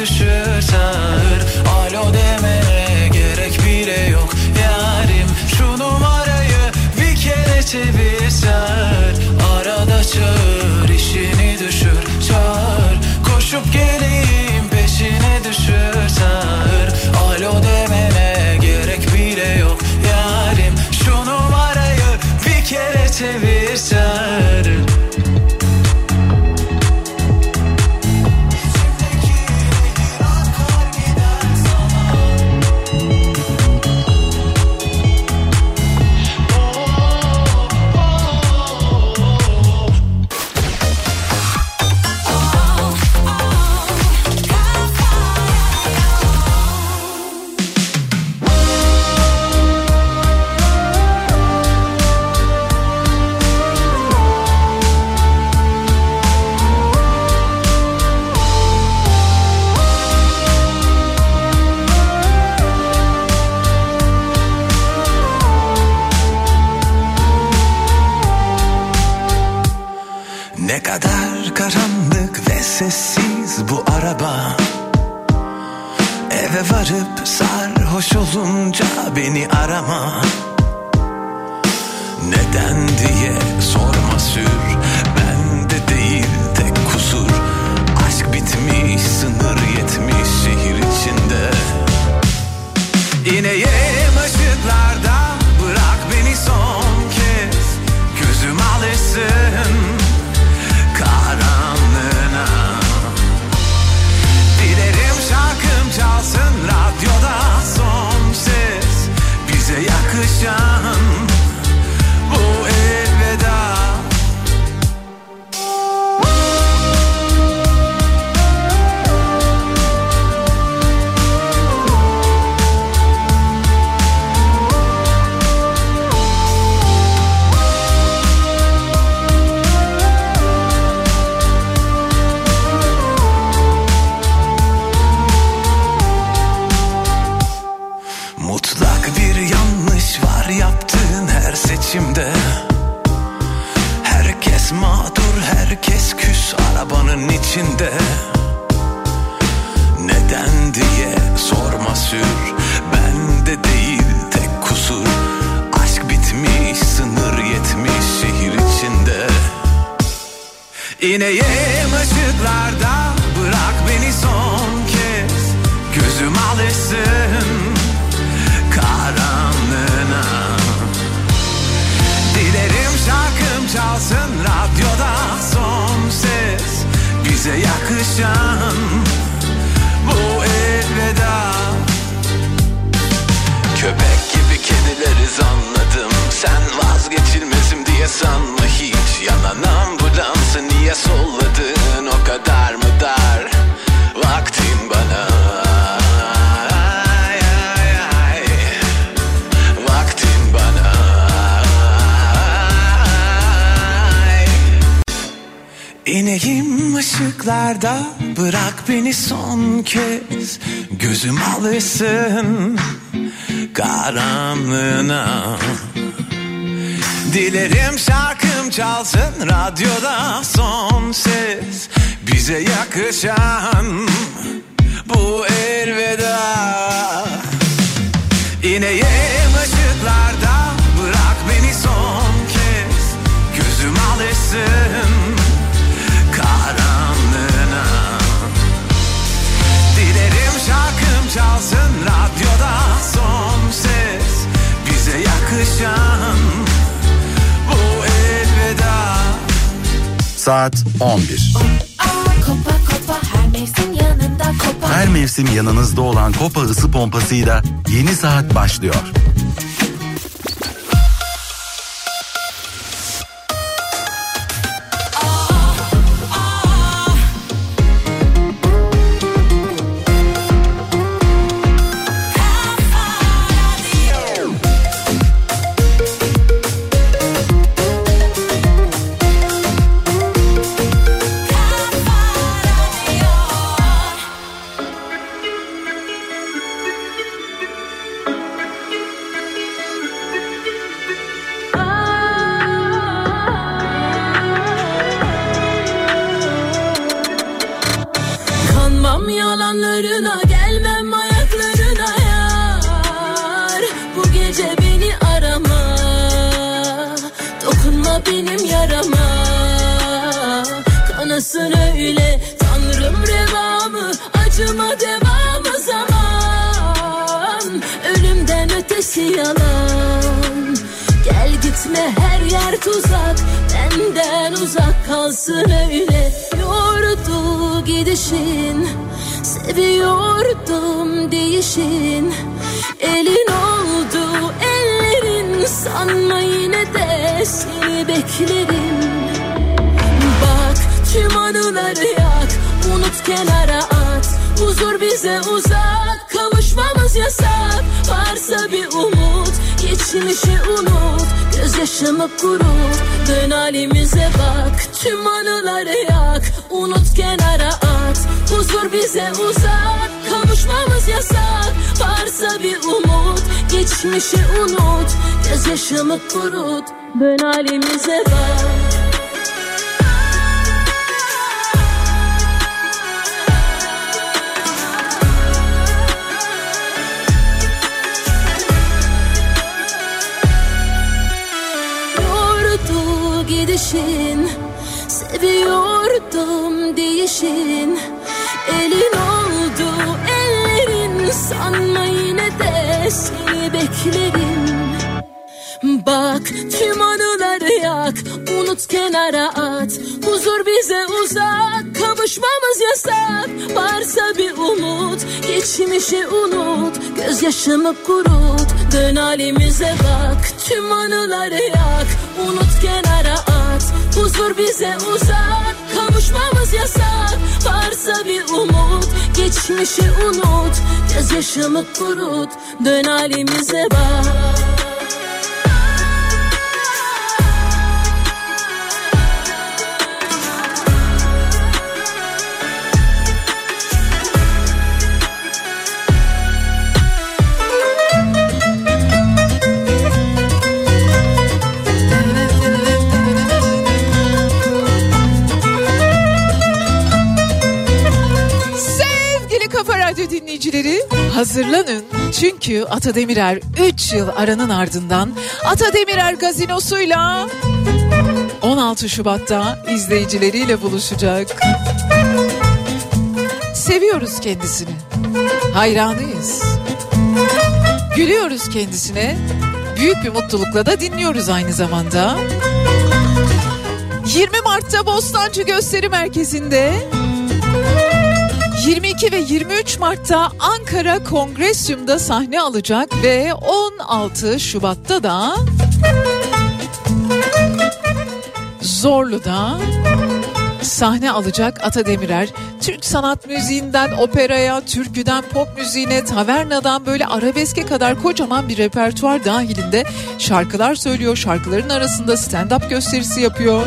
düşür çağır. Alo demene gerek bile yok yarim. Şu numarayı bir kere çevir çağır. Arada çağır, işini düşür çağır. Koşup geleyim peşine düşür çağır. Alo demene gerek bile yok yarim. Şu numarayı bir kere çevir çağır. Ne kadar karanlık ve sessiz bu araba. Eve varıp sarhoş olunca beni arama. Neden diye sorma sür. Bende değil tek kusur. Aşk bitmiş, sınır yetmiş şehir içinde. İneyim ışıklarda, bırak beni son kez. Gözüm alışsın karanlığına. Dilerim şarkım çalsın radyoda son ses. Bize yakışan bu elveda. Yaptığın her seçimde herkes mağdur, herkes küs arabanın içinde. Neden diye sorma sür. Bende değil tek kusur. Aşk bitmiş, sınır yetmiş şehir içinde. İneyim ışıklarda, bırak beni son kez. Gözüm alışsın karanlığına. Dilerim şarkım çalsın radyoda son ses. Bize yakışan bu elveda. Köpek gibi kedileriz anladım. Sen vazgeçilmezim diye sanma hiç. Yanan ambulansı niye solladın, o kadar mı dar vaktin bana? İneyim ışıklarda, bırak beni son kez. Gözüm alışsın karanlığına. Dilerim şarkım çalsın radyoda son ses. Bize yakışan bu elveda. İneyim ışıklarda, bırak beni son kez. Gözüm alışsın karanlığına. Dilerim şarkım çalsın radyoda son ses. Bize yakışan bu elveda. Saat 11. Kopa kopa her mevsim yanında kopa. Her mevsim yanınızda olan Kopa ısı pompasıyla yeni saat başlıyor. Acıma benim yarama, kanasın öyle Tanrım revamı. Acıma devamı zaman, ölümden ötesi yalan. Gel gitme her yer tuzak, benden uzak kalsın öyle. Yordu gidişin, seviyordum değişin. Elin oldu ellerin, sanma yine de seni beklerim. Bak tüm anıları yak, unut kenara at. Huzur bize uzak, kavuşmamız yasak. Varsa bir umut, geçmişi unut. Gözyaşımı kurut, dön halimize bak. Tüm anıları yak, unut kenara at. Huzur bize uzak, kavuşmamız yasak. Varsa bir umut, geçmişi unut. Gözyaşımı kurut, dön halimize bak. Gidişin, seviyordum değişin. Elin oldu ellerin, sanma yine de seni beklerim. Bak tüm anıları yak, unut kenara at. Huzur bize uzak, kavuşmamız yasak. Varsa bir umut, geçmişi unut. Gözyaşımı kurut, dön halimize bak. Tüm anıları yak, unut kenara at. Huzur bize uzak, kavuşmamız yasak. Varsa bir umut, geçmişi unut. Gözyaşımı kurut, dön halimize bak. Dinleyicileri hazırlanın, çünkü Ata Demirer 3 yıl aranın ardından Ata Demirer gazinosuyla 16 Şubat'ta izleyicileriyle buluşacak. Seviyoruz kendisini, hayranıyız, gülüyoruz kendisine, büyük bir mutlulukla da dinliyoruz aynı zamanda. 20 Mart'ta Bostancı Gösteri Merkezi'nde, 22 ve 23 Mart'ta Ankara Kongresyum'da sahne alacak ve 16 Şubat'ta da Zorlu'da sahne alacak Ata Demirer. Türk sanat müziğinden operaya, türküden pop müziğine, tavernadan böyle arabeske kadar kocaman bir repertuar dahilinde şarkılar söylüyor. Şarkıların arasında stand-up gösterisi yapıyor.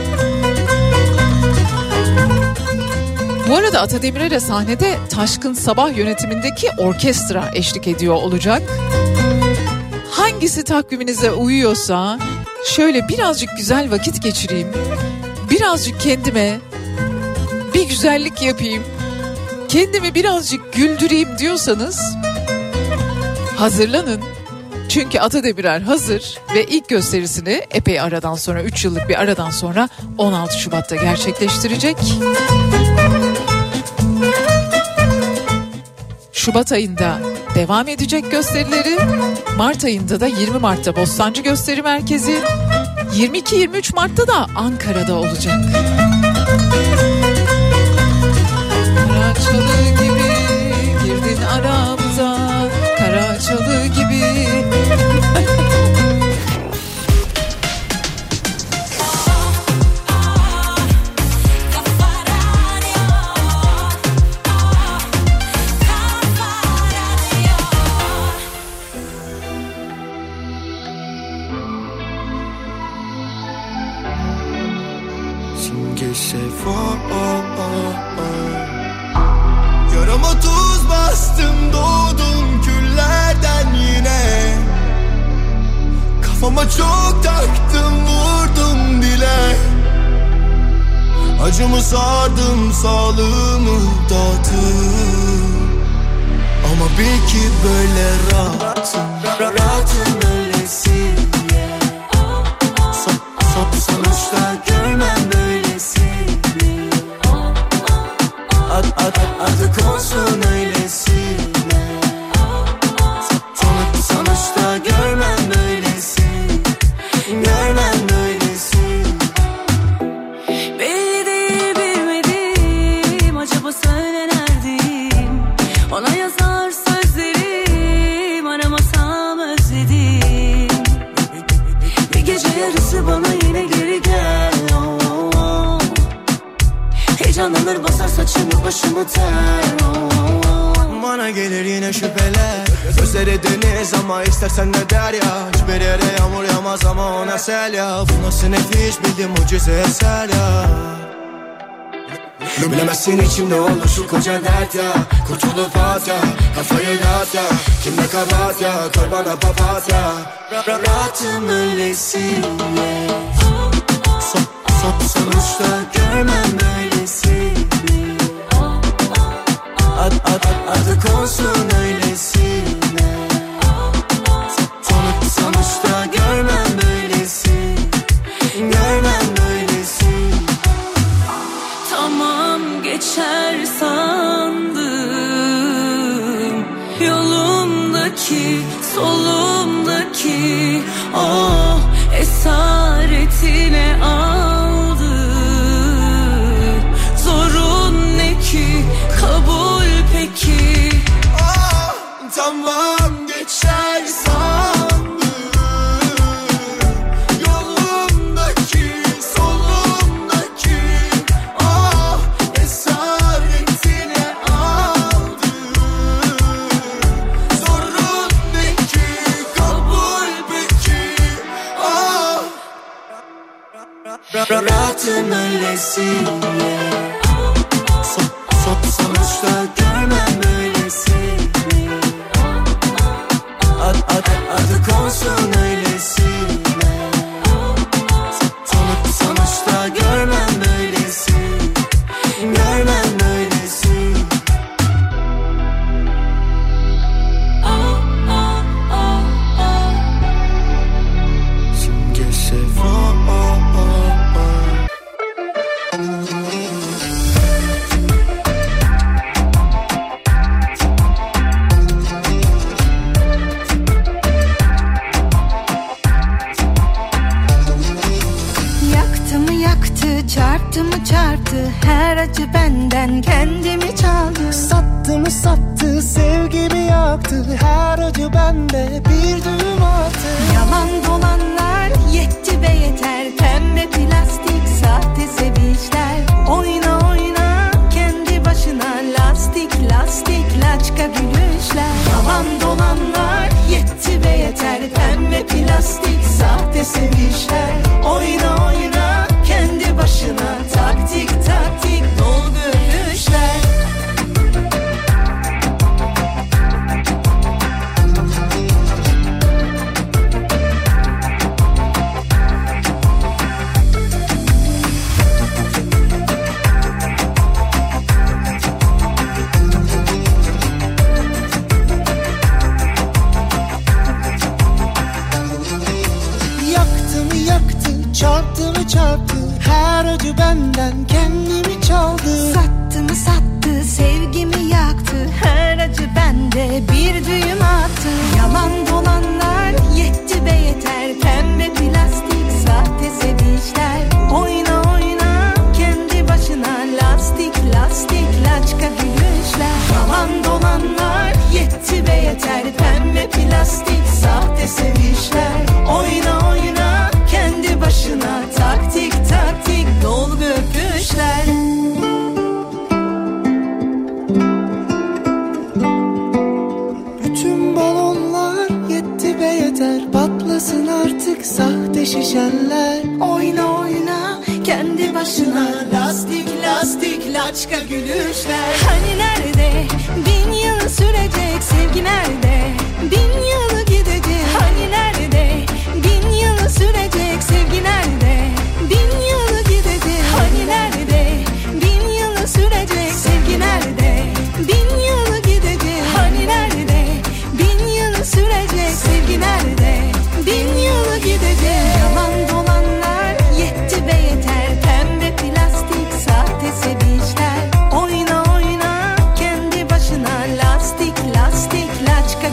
Bu arada Ata Demirer'e sahnede Taşkın Sabah yönetimindeki orkestra eşlik ediyor olacak. Hangisi takviminize uyuyorsa, şöyle birazcık güzel vakit geçireyim, birazcık kendime bir güzellik yapayım, kendimi birazcık güldüreyim diyorsanız hazırlanın. Çünkü Ata Demirer hazır ve ilk gösterisini epey aradan sonra, 3 yıllık bir aradan sonra 16 Şubat'ta gerçekleştirecek. Şubat ayında devam edecek gösterileri. Mart ayında da 20 Mart'ta Bostancı Gösteri Merkezi, 22-23 Mart'ta da Ankara'da olacak. Karaçalı gibi girdin aramıza, Karaçalı gibi. Yarama tuz bastım, doğdum küllerden yine. Kafama çok taktım, vurdum dile. Acımı sardım, sağlığımı dağıttım. Ama bil ki böyle rahatım, rahatım öylesin. Sana saçımı başımı ter. Bana gelir yine şüpheler. Gözleri deniz ama istersen ne der ya. Hiçbir yere yağmur yağmaz ama ona sel ya. Bu nasıl nefis bildiğim mucize eser ya. Bilemezsin içimde olur şu koca dert ya. Kurtulup at ya, kafayı dağıt ya. Kimde kabahat ya, koy bana papatya. Rahatım öylesin sonuçta görmem böylesini. Adı konsun öylesine. Sonuçta görmem böylesini. Görmem böylesini. Tamam geçer sandım yolumdaki solumdaki o esaretine aldı. Zorun ne ki kabul peki. Tamam geçer sandım yolumdaki solumdaki ah esaretine aldı. Zorun ne ki kabul peki. Rahatım öylesin sonuçta görmem böylesini. Adı konsun öylesine. Sonuçta görmem böylesini. Görmem böylesini. Simge Sefa. Çarptı mı çarptı her acı benden kendimi çaldı. Sattı mı sattı sevgimi yaktı her acı bende bir düğüm attı. Yalan dolanlar yetti be yeter. Pembe plastik sahte sevinçler. Oyna oyna kendi başına lastik lastik laçka gülüşler. Yalan dolanlar yetti be yeter. Pembe plastik sahte sevinçler. Oyna oyna kendi başına taktik taktik dolgu öpüşler. Yaktı mı yaktı, çarptı mı çarptı her acı benden kendimi çaldı. Sattı mı sattı sevgimi yaktı her acı bende bir düğüm attı. Yalan dolanlar yetti be yeter. Pembe plastik sahte sevinçler. Oyna oyna kendi başına lastik lastik laçka gülüşler. Yalan dolanlar yetti be yeter. Pembe plastik sahte sevinçler. Oyna oyna kendi başına taktik taktik dolgu öpüşler. Bütün balonlar yetti be yeter. Patlasın artık sahte şişenler. Oyna oyna kendi başına lastik lastik laçka gülüşler. Hani nerede 1000 yıl sürecek sevgi nerede 1000 yılı gidecek. Hani nerede 1000 yıl sürecek sevgi nerede 1000 yılı gidecek. Hani nerede 1000 yıl sürecek sevgi nerede 1000 yılı gidecek. Hani nerede 1000 yıl sürecek sevgi nerede 1000 yılı gidecek. Yalan dolanlar yetti be yeter. Pembe plastik sahte sevinçler. Oyna oyna kendi başına lastik lastik laçka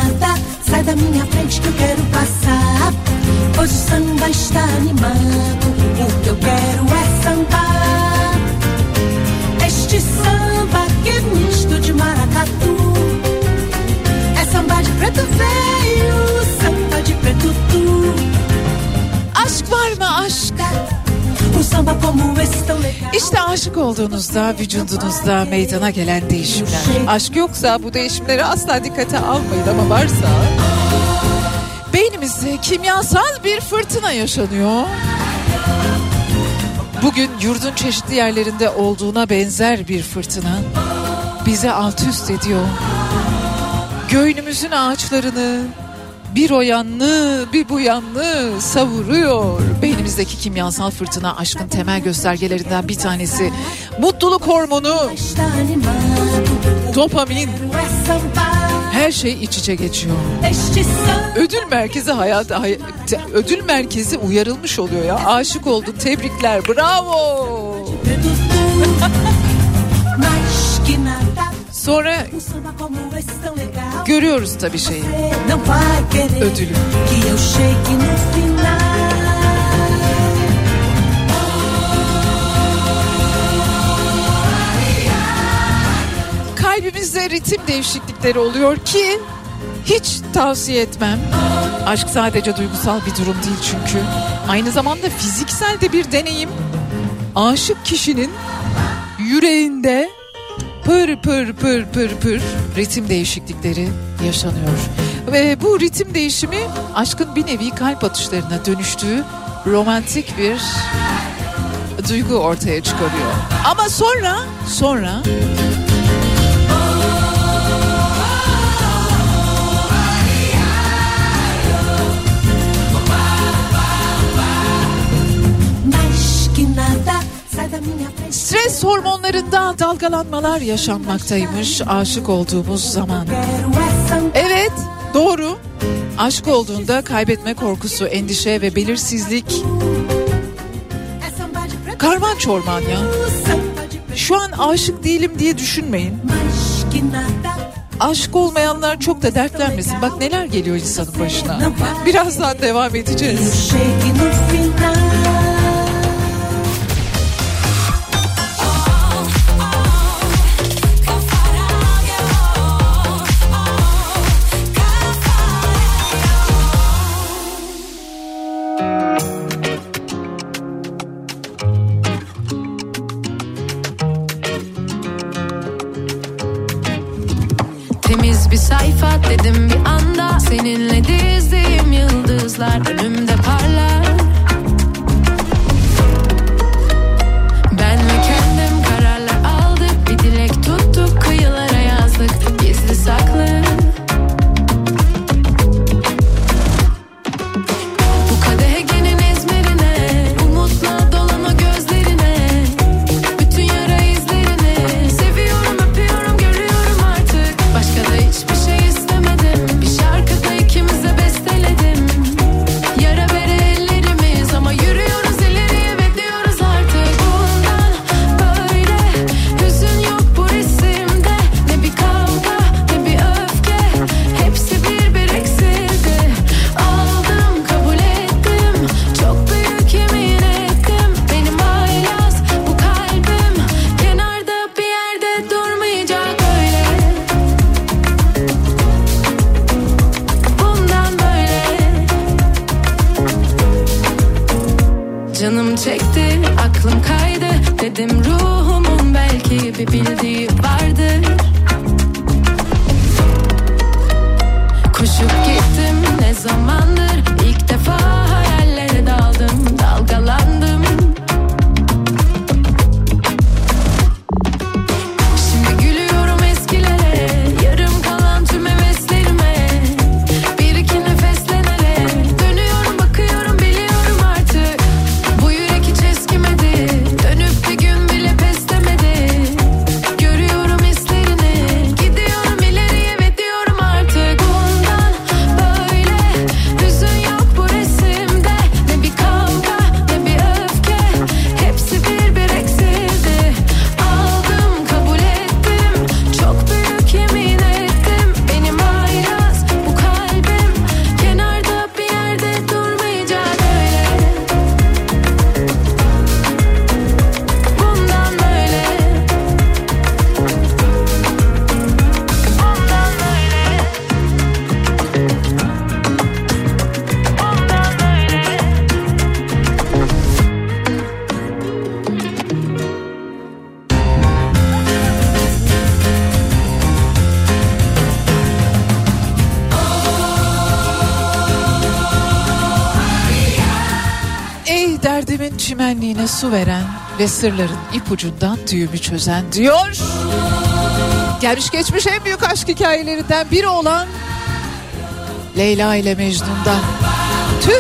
nada, sai da minha frente que eu quero passar. Hoje o samba está animado, o que eu quero é sambar. Este samba que é misto de maracatu, é samba de preto veio, samba de preto tu. Aşk var mı aşk? İşte aşık olduğunuzda vücudunuzda meydana gelen değişimler. Aşk yoksa bu değişimleri asla dikkate almayın, ama varsa beynimizde kimyasal bir fırtına yaşanıyor. Bugün yurdun çeşitli yerlerinde olduğuna benzer bir fırtına bizi alt üst ediyor. Göğünümüzün ağaçlarını bir o yanlı bir bu yanlı savuruyor. Beynimizdeki kimyasal fırtına aşkın temel göstergelerinden bir tanesi. Mutluluk hormonu, dopamin, her şey iç içe geçiyor. Ödül merkezi uyarılmış oluyor ya. Aşık oldun, tebrikler, bravo. Sonra görüyoruz tabii şeyi, ödülü. Kalbimizde ritim değişiklikleri oluyor ki hiç tavsiye etmem. Aşk sadece duygusal bir durum değil çünkü. Aynı zamanda fiziksel de bir deneyim. Aşık kişinin yüreğinde pır pır pır pır pır ritim değişiklikleri yaşanıyor. Ve bu ritim değişimi aşkın bir nevi kalp atışlarına dönüştüğü romantik bir duygu ortaya çıkarıyor. Ama sonra stres hormonlarında dalgalanmalar yaşanmaktaymış aşık olduğumuz zaman. Evet, doğru. Aşk olduğunda kaybetme korkusu, endişe ve belirsizlik karman çorman ya. Şu an aşık değilim diye düşünmeyin. Aşık olmayanlar çok da dertlenmesin. Bak neler geliyor insanın başına. Birazdan devam edeceğiz. Bir sayfa dedim bir anda, seninle dizdiğim yıldızlar önümde parlar. Ben ve kendim kararlar aldık, bir dilek tuttuk, kıyılara yazdık, gizli saklı. Bu kadehegenin ezmerine, umutla dolan o gözlerine, bütün yara izlerini seviyorum, öpüyorum, görüyorum artık. Başka da hiçbir şey istemedim. Bir şarkıda ikimize besteledim. Yara bere ellerimiz ama yürüyoruz ileriye ve diyoruz artık. Bundan böyle hüzün yok bu resimde. Ne bir kavga ne bir öfke, hepsi bir eksildi. Aldım kabul ettim, çok büyük yemin ettim. Benim haylaz bu kalbim kenarda bir yerde durmayacak öyle. Bundan böyle canım çekti, aklım kaydı. Dedim ruhumun belki bir bildiği vardır. Koşup gittim ne zamandır, ilk defa hayallere daldım, dalgalandım. Şimdi gülüyorum eskilere, yarım kalan tüm heveslerime. Bir iki nefeslenere dönüyorum, bakıyorum, biliyorum artık. Bu yürek hiç eskimedi, dönüp bir gün bile pes demedi. Görüyorum hislerini, gidiyorum ileriye ve diyorum artık. Bundan böyle hüzün yok bu resimde. Derdimin çimenliğine su veren ve sırların ipucundan düğümü çözen diyor. Gelmiş geçmiş en büyük aşk hikayelerinden biri olan Leyla ile Mecnun'dan. Tüh.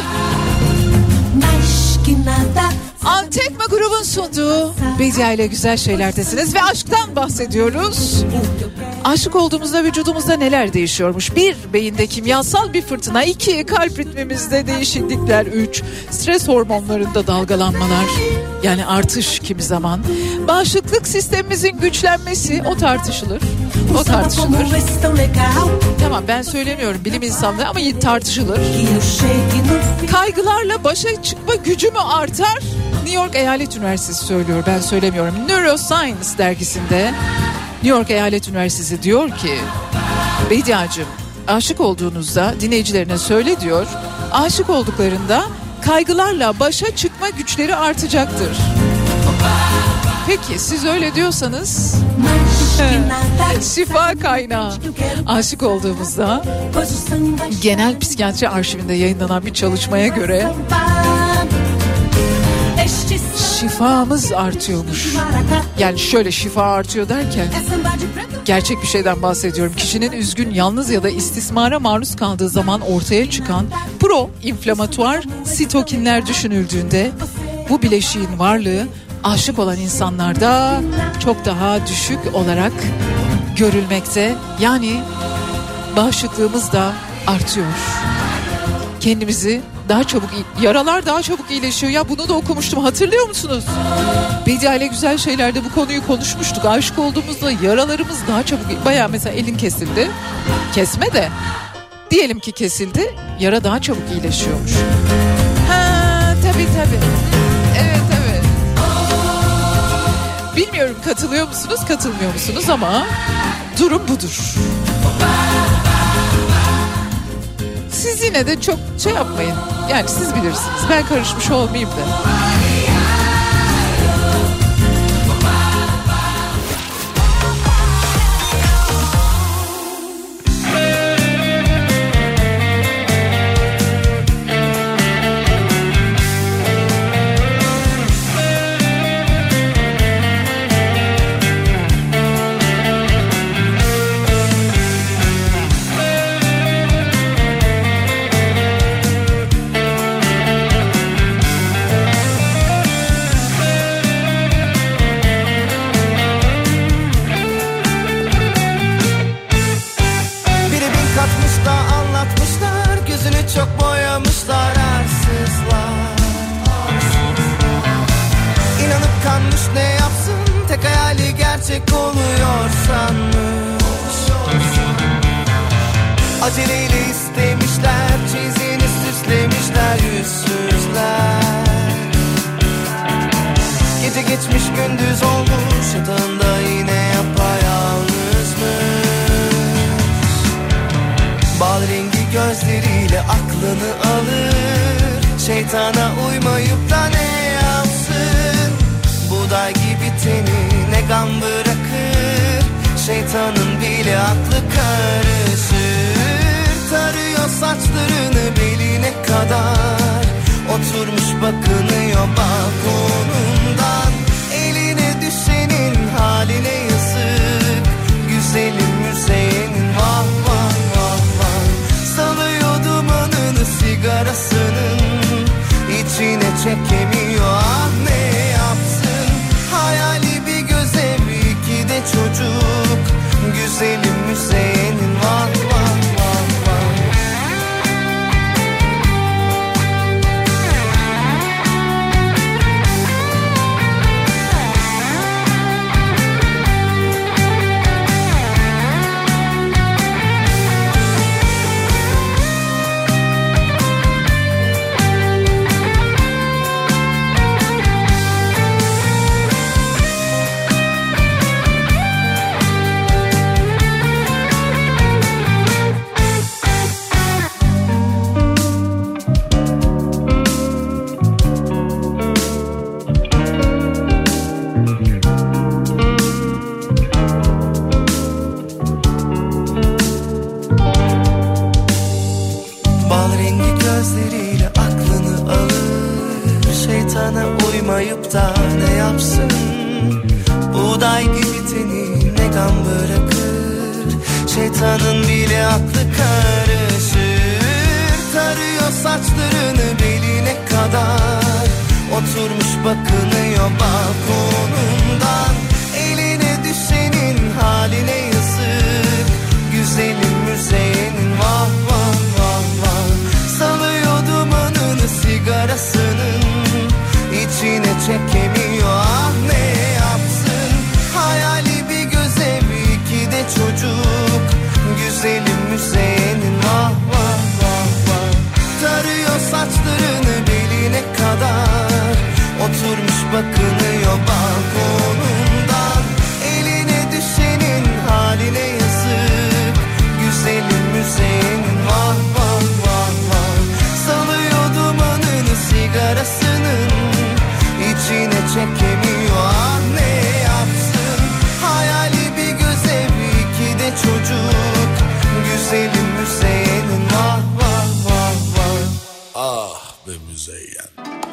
Antekma grubun sunduğu Bedia ile Güzel Şeyler'desiniz ve aşktan bahsediyoruz. Aşık olduğumuzda vücudumuzda neler değişiyormuş? 1. Beyinde kimyasal bir fırtına. 2. Kalp ritmimizde değişiklikler. 3. Stres hormonlarında dalgalanmalar. Yani artış kimi zaman. Bağışıklık sistemimizin güçlenmesi, o tartışılır. O tartışılır. Tamam, ben söylemiyorum bilim insanları ama tartışılır. Kaygılarla başa çıkma gücü mü artar? New York Eyalet Üniversitesi söylüyor, ben söylemiyorum. Neuroscience dergisinde New York Eyalet Üniversitesi diyor ki, Bediacığım, aşık olduğunuzda dinleyicilerine söyle diyor, aşık olduklarında kaygılarla başa çıkma güçleri artacaktır. Peki siz öyle diyorsanız şifa kaynağı. Aşık olduğumuzda Genel Psikiyatri Arşivinde yayınlanan bir çalışmaya göre şifamız artıyormuş. Yani şöyle, şifa artıyor derken gerçek bir şeyden bahsediyorum. Kişinin üzgün, yalnız ya da istismara maruz kaldığı zaman ortaya çıkan pro-inflamatuar sitokinler düşünüldüğünde bu bileşiğin varlığı aşık olan insanlarda çok daha düşük olarak görülmekte. Yani bağışıklığımız da artıyor. Kendimizi daha çabuk, yaralar daha çabuk iyileşiyor. Ya bunu da okumuştum, hatırlıyor musunuz? Bedia ile Güzel Şeyler'de bu konuyu konuşmuştuk. Aşık olduğumuzda yaralarımız daha çabuk, bayağı mesela elin kesildi. Kesme de diyelim ki kesildi, yara daha çabuk iyileşiyormuş. Ha tabii. Evet. Bilmiyorum katılıyor musunuz, katılmıyor musunuz ama durum budur. Siz yine de çok şey yapmayın. Yani siz bilirsiniz. Ben karışmış olmayayım da. Aceleyle istemişler, çizini süslemişler yüzsüzler. Gece geçmiş gündüz olmuş, yatağında yine yapayalnızmış. Bal rengi gözleriyle aklını alır, şeytana uymayıp da ne yapsın? Buğday gibi teni ne gam bırakır, şeytanın bile aklı karışır. Tarıyor saçlarını beline kadar, oturmuş bakınıyor balkonundan. Eline düşenin haline yazık, güzelim Müzeyyen'in vah vah vah vah. Salıyor dumanını sigarasının, içine çekemiyor ah ne yapsın. Hayali bir göze iki de çocuk, güzelim Müzeyyen'in vah vah. şeytana uymayıp da ne yapsın? Buğday gibi tenine gam bırakır, şeytanın bile aklı karışır. Tarıyor saçlarını beline kadar, oturmuş bakınıyor balkonundan. Eline düşenin haline yazık, güzelim Müzeyye'nin vah vah vah vah. Salıyor dumanını sigarasının, içine çekemiyor ah ne yapsın? Hayali bir göz evi, iki de çocuk, güzelim Müzeyye'nin vah vah vah vah. Tarıyor saçlarını beline kadar, oturmuş bakınıyor balkonundan. Eline düşenin haline yazık, güzelim Müzeyye'nin vah vah vah vah. Salıyor dumanını sigarasının, içine çekemiyor ah ne yapsın? Hayali bir göz evi, iki de çocuk, güzelim Müzeyye'nin vah vah vah vah. Ah be Müzeyyen.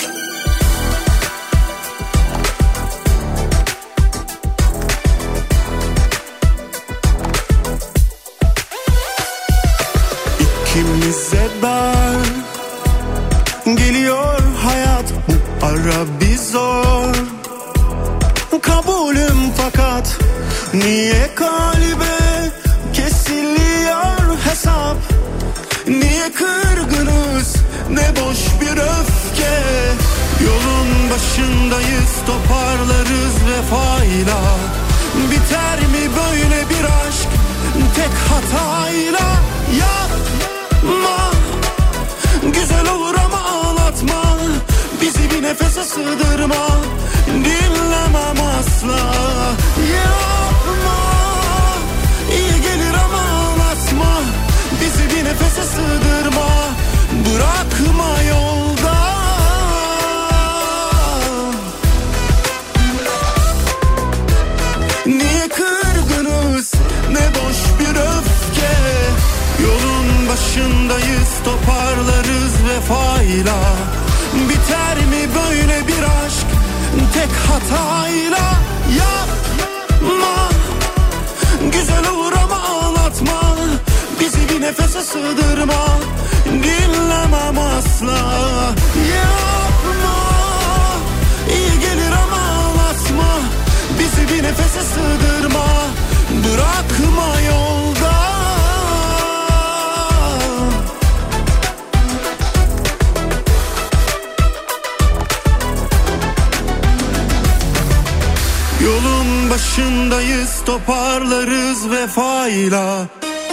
İkimize dar geliyor hayat, bu ara bir zor. Kabulüm fakat niye kalbe kesiliyor hesap? Niye kırgınız, ne boş bir öfke? Yolun başındayız, toparlarız vefayla. Biter mi böyle bir aşk tek hatayla? Yapma, güzel olur ama ağlatma. Bizi bir nefese sığdırma, dinlemem asla. Yapma, iyi gelir ama ağlatma. Bizi bir nefese sığdırma, bırakma yolda. Niye kırgınız, ne boş bir öfke? Yolun başındayız, toparlarız vefayla. Biter mi böyle bir aşk tek hatayla? Yapma, güzel olur ama ağlatma. Bizi bir nefese sığdırma, dinlemem asla. Yapma, iyi gelir ama ağlatma. Bizi bir nefese sığdırma, bırakma yolda. Yolun başındayız, toparlarız vefayla.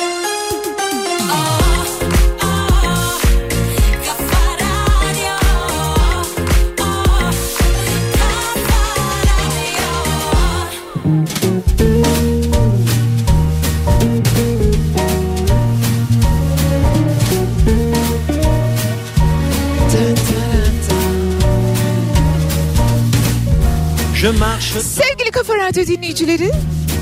Sevgili Kafa Radyo dinleyicileri,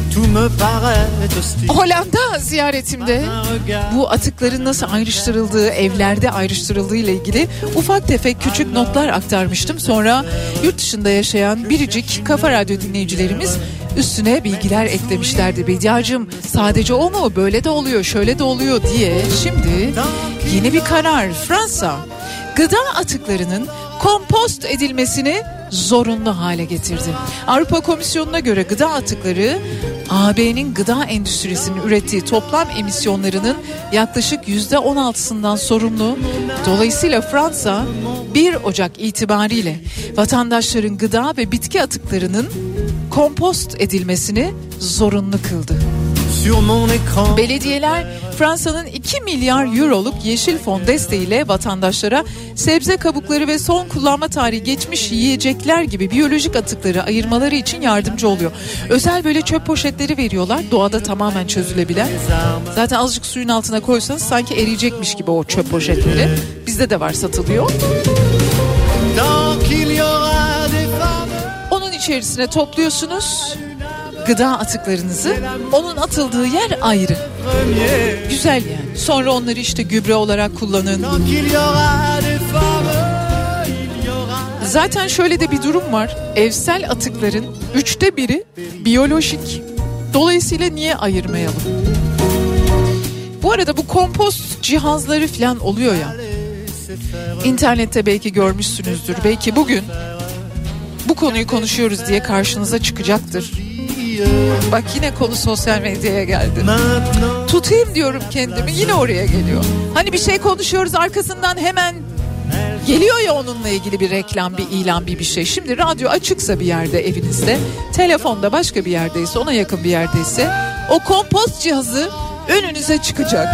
Hollanda ziyaretimde bu atıkların nasıl ayrıştırıldığı, evlerde ayrıştırıldığı ile ilgili ufak tefek küçük notlar aktarmıştım. Sonra yurt dışında yaşayan biricik Kafa Radyo dinleyicilerimiz üstüne bilgiler eklemişlerdi. Bediacığım sadece o mu, böyle de oluyor, şöyle de oluyor diye. Şimdi yeni bir karar. Fransa gıda atıklarının kompost edilmesini zorunlu hale getirdi. Avrupa Komisyonu'na göre gıda atıkları AB'nin gıda endüstrisinin ürettiği toplam emisyonlarının yaklaşık %16'sından sorumlu. Dolayısıyla Fransa 1 Ocak itibariyle vatandaşların gıda ve bitki atıklarının kompost edilmesini zorunlu kıldı. Belediyeler Fransa'nın 2 milyar euroluk yeşil fon desteğiyle vatandaşlara sebze kabukları ve son kullanma tarihi geçmiş yiyecekler gibi biyolojik atıkları ayırmaları için yardımcı oluyor. Özel böyle çöp poşetleri veriyorlar, doğada tamamen çözülebilen. Zaten azıcık suyun altına koysanız sanki eriyecekmiş gibi o çöp poşetleri. Bizde de var, satılıyor. Onun içerisine topluyorsunuz gıda atıklarınızı, onun atıldığı yer ayrı. Güzel yani. Sonra onları işte gübre olarak kullanın. Zaten şöyle de bir durum var. Evsel atıkların 1/3 biyolojik. Dolayısıyla niye ayırmayalım? Bu arada bu kompost cihazları falan oluyor ya. İnternette belki görmüşsünüzdür. Belki bugün bu konuyu konuşuyoruz diye karşınıza çıkacaktır. Bak yine konu sosyal medyaya geldi. Tutayım diyorum kendimi, yine oraya geliyor. Hani bir şey konuşuyoruz, arkasından hemen geliyor ya onunla ilgili bir reklam, bir ilan, bir şey. Şimdi radyo açıksa bir yerde evinizde, telefonda başka bir yerdeyse, ona yakın bir yerdeyse o kompost cihazı önünüze çıkacak.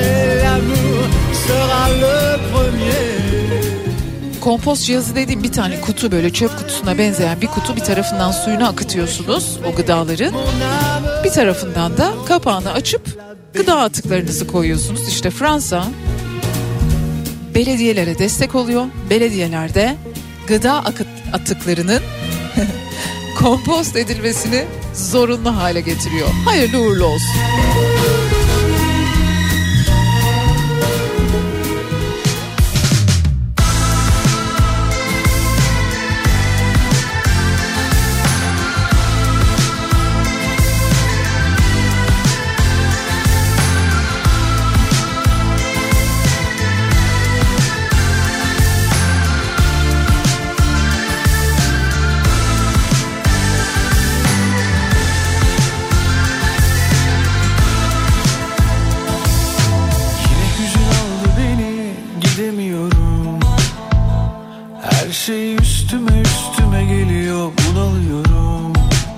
Kompost cihazı dediğim bir tane kutu, böyle çöp kutusuna benzeyen bir kutu. Bir tarafından suyunu akıtıyorsunuz o gıdaların. Bir tarafından da kapağını açıp gıda atıklarınızı koyuyorsunuz. İşte Fransa belediyelere destek oluyor. Belediyeler de gıda atıklarının kompost edilmesini zorunlu hale getiriyor. Hayırlı uğurlu olsun. şey üstüme geliyor, bunalıyorum.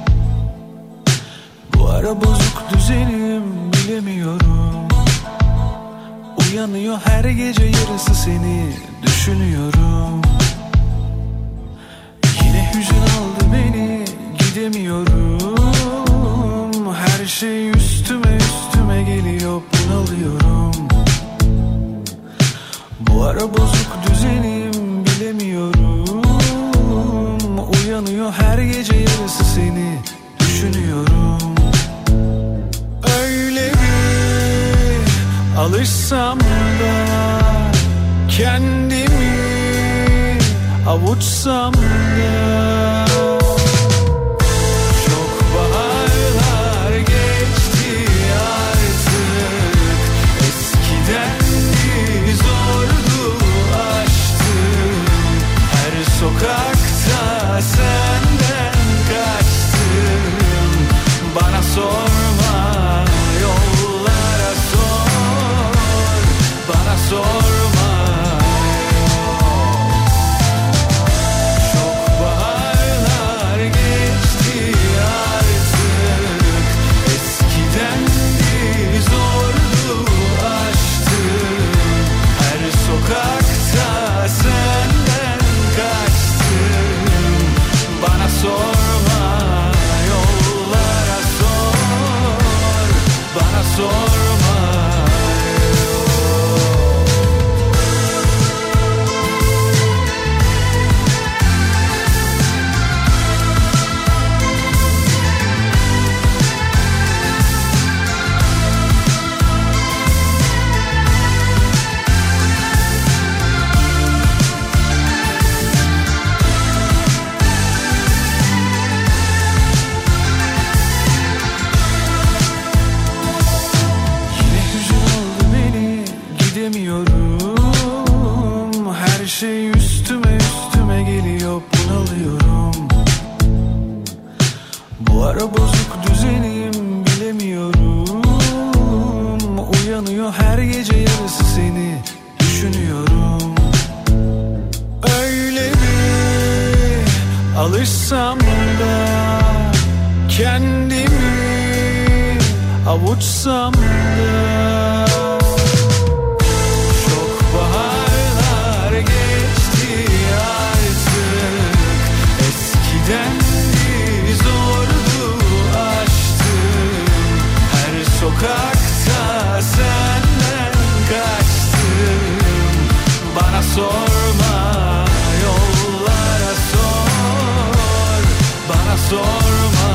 Bu ara bozuk düzenim, bilemiyorum. Uyanıyor her gece yarısı, seni düşünüyorum. Yine hüzün aldı beni, gidemiyorum. Her şey üstüme geliyor, bunalıyorum. Bu ara bozuk düzenim, bilemiyorum. Uyanıyor her gece yarısı, seni düşünüyorum. Öyle bir alışsam da, kendimi avuçsam da. Çok baharlar geçti artık, eskiden zordu aşktım. Her sokakta senden kaçtım. Bana sorma, yollara sor. Bana sorma. Çok baharlar geçti artık, eskiden zordu aşktım. Her sokakta senden kaçtım. Bana sorma, yollara sor. Bana sorma. Her şey üstüme geliyor, bunalıyorum. Bu ara bozuk düzenim, bilemiyorum. Uyanıyor her gece yarısı, seni düşünüyorum. Öyle bir alışsam da, kendimi avuçsam da. Zordu aşktım. Her sokakta senden kaçtım. Bana sorma, yollara sor. Bana sorma.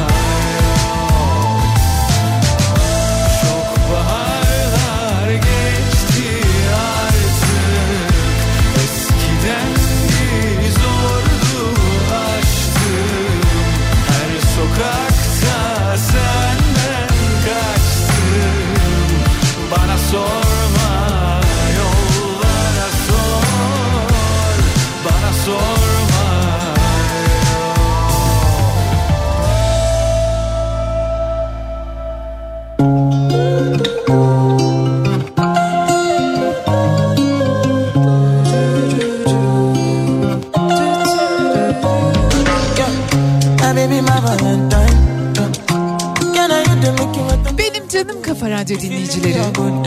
Çok baharlar geçti artık, eskiden zor. Radyo dinleyicileri.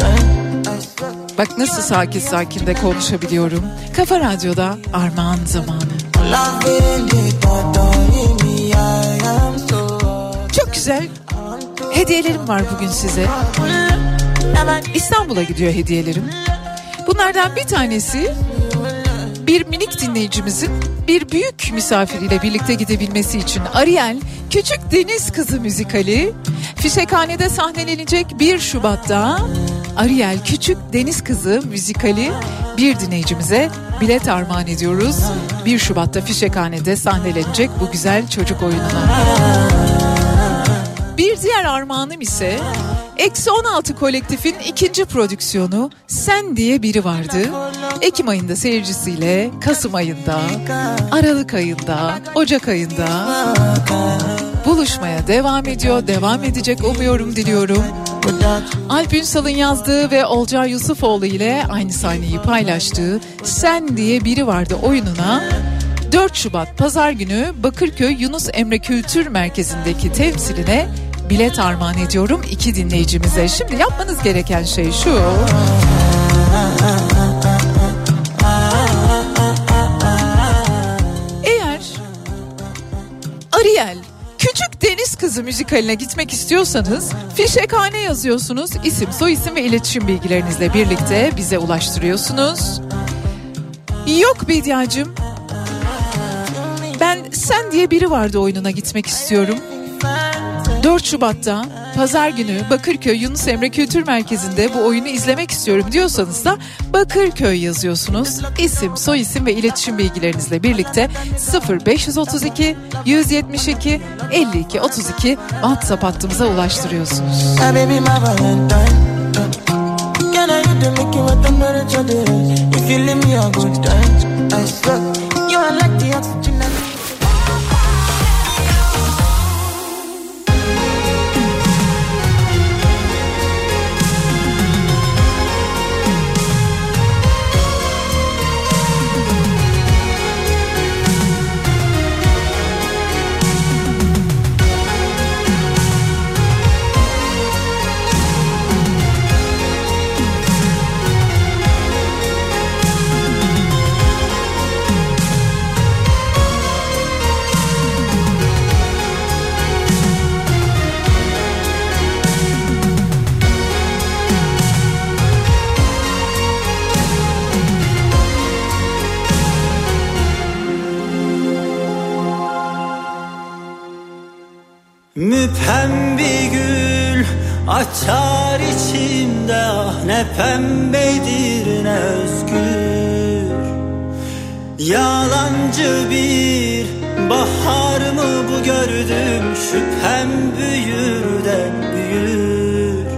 Bak nasıl sakin sakin de konuşabiliyorum. Kafa Radyo'da Armağan zamanı. Çok güzel hediyelerim var bugün size. İstanbul'a gidiyor hediyelerim. Bunlardan bir tanesi bir minik dinleyicimizin bir büyük misafiriyle birlikte gidebilmesi için Ariel Küçük Deniz Kızı müzikali Fişekhane'de sahnelenecek 1 Şubat'ta. Ariel Küçük Deniz Kızı müzikali bir dinleyicimize bilet armağan ediyoruz. 1 Şubat'ta Fişekhane'de sahnelenecek bu güzel çocuk oyununa. Bir diğer armağanım ise Eksi 16 kolektifin 2. prodüksiyonu Sen diye biri vardı. Ekim ayında seyircisiyle Kasım ayında, Aralık ayında, Ocak ayında buluşmaya devam ediyor. Devam edecek umuyorum, diliyorum. Alp Ünsal'ın yazdığı ve Olcay Yusufoğlu ile aynı sahneyi paylaştığı Sen diye biri vardı oyununa 4 Şubat Pazar günü Bakırköy Yunus Emre Kültür Merkezi'ndeki temsiline bilet armağan ediyorum 2 dinleyicimize. Şimdi yapmanız gereken şey şu. Eğer Ariel Küçük Deniz Kızı müzikaline gitmek istiyorsanız Fişekhane yazıyorsunuz. İsim, soyisim ve iletişim bilgilerinizle birlikte bize ulaştırıyorsunuz. Yok Bediacığım, ben Sen diye biri vardı oyununa gitmek istiyorum. 4 Şubat'ta Pazar günü Bakırköy Yunus Emre Kültür Merkezi'nde bu oyunu izlemek istiyorum diyorsanız da Bakırköy yazıyorsunuz. İsim, soyisim ve iletişim bilgilerinizle birlikte 0532 172 52 32 WhatsApp hattımıza ulaştırıyorsunuz. Müpembe gül açar içimde, ah ne pembedir ne özgür. Yalancı bir bahar mı bu gördüm, şüphem büyür de büyür.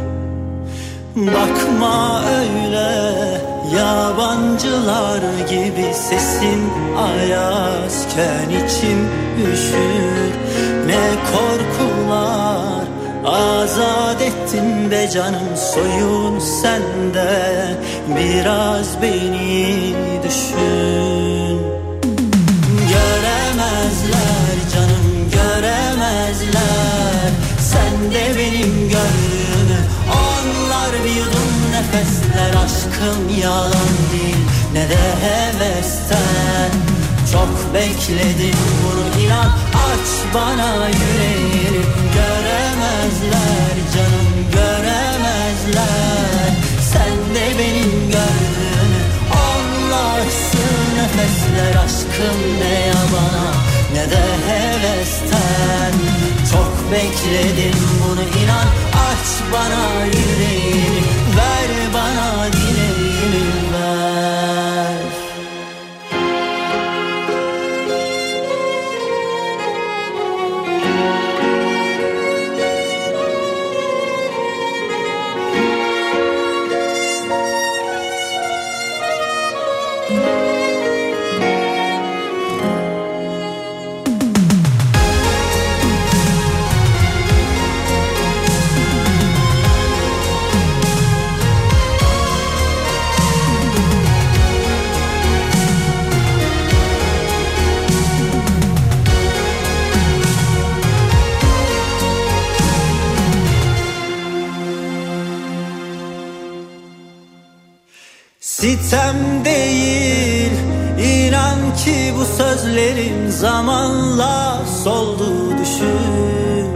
Bakma öyle yabancılar gibi, sesin ayazken içim üşür. Ne korkular azat ettin be canım, soyun sende, biraz beni düşün. Göremezler canım, göremezler sende benim gördüğümü. Onlar bir yudum nefesler, aşkım yalan değil ne de hevesten. Çok bekledim bunu, inan aç bana yüreğini. Göremezler canım, göremezler sende benim gördüğümü. Onlarsın nefesler, aşkım ne yabana ne de hevesten. Çok bekledim bunu, inan aç bana yüreğini. Ver bana dileğini, ver. sitem değil. İnan ki bu sözlerim zamanla soldu düşün.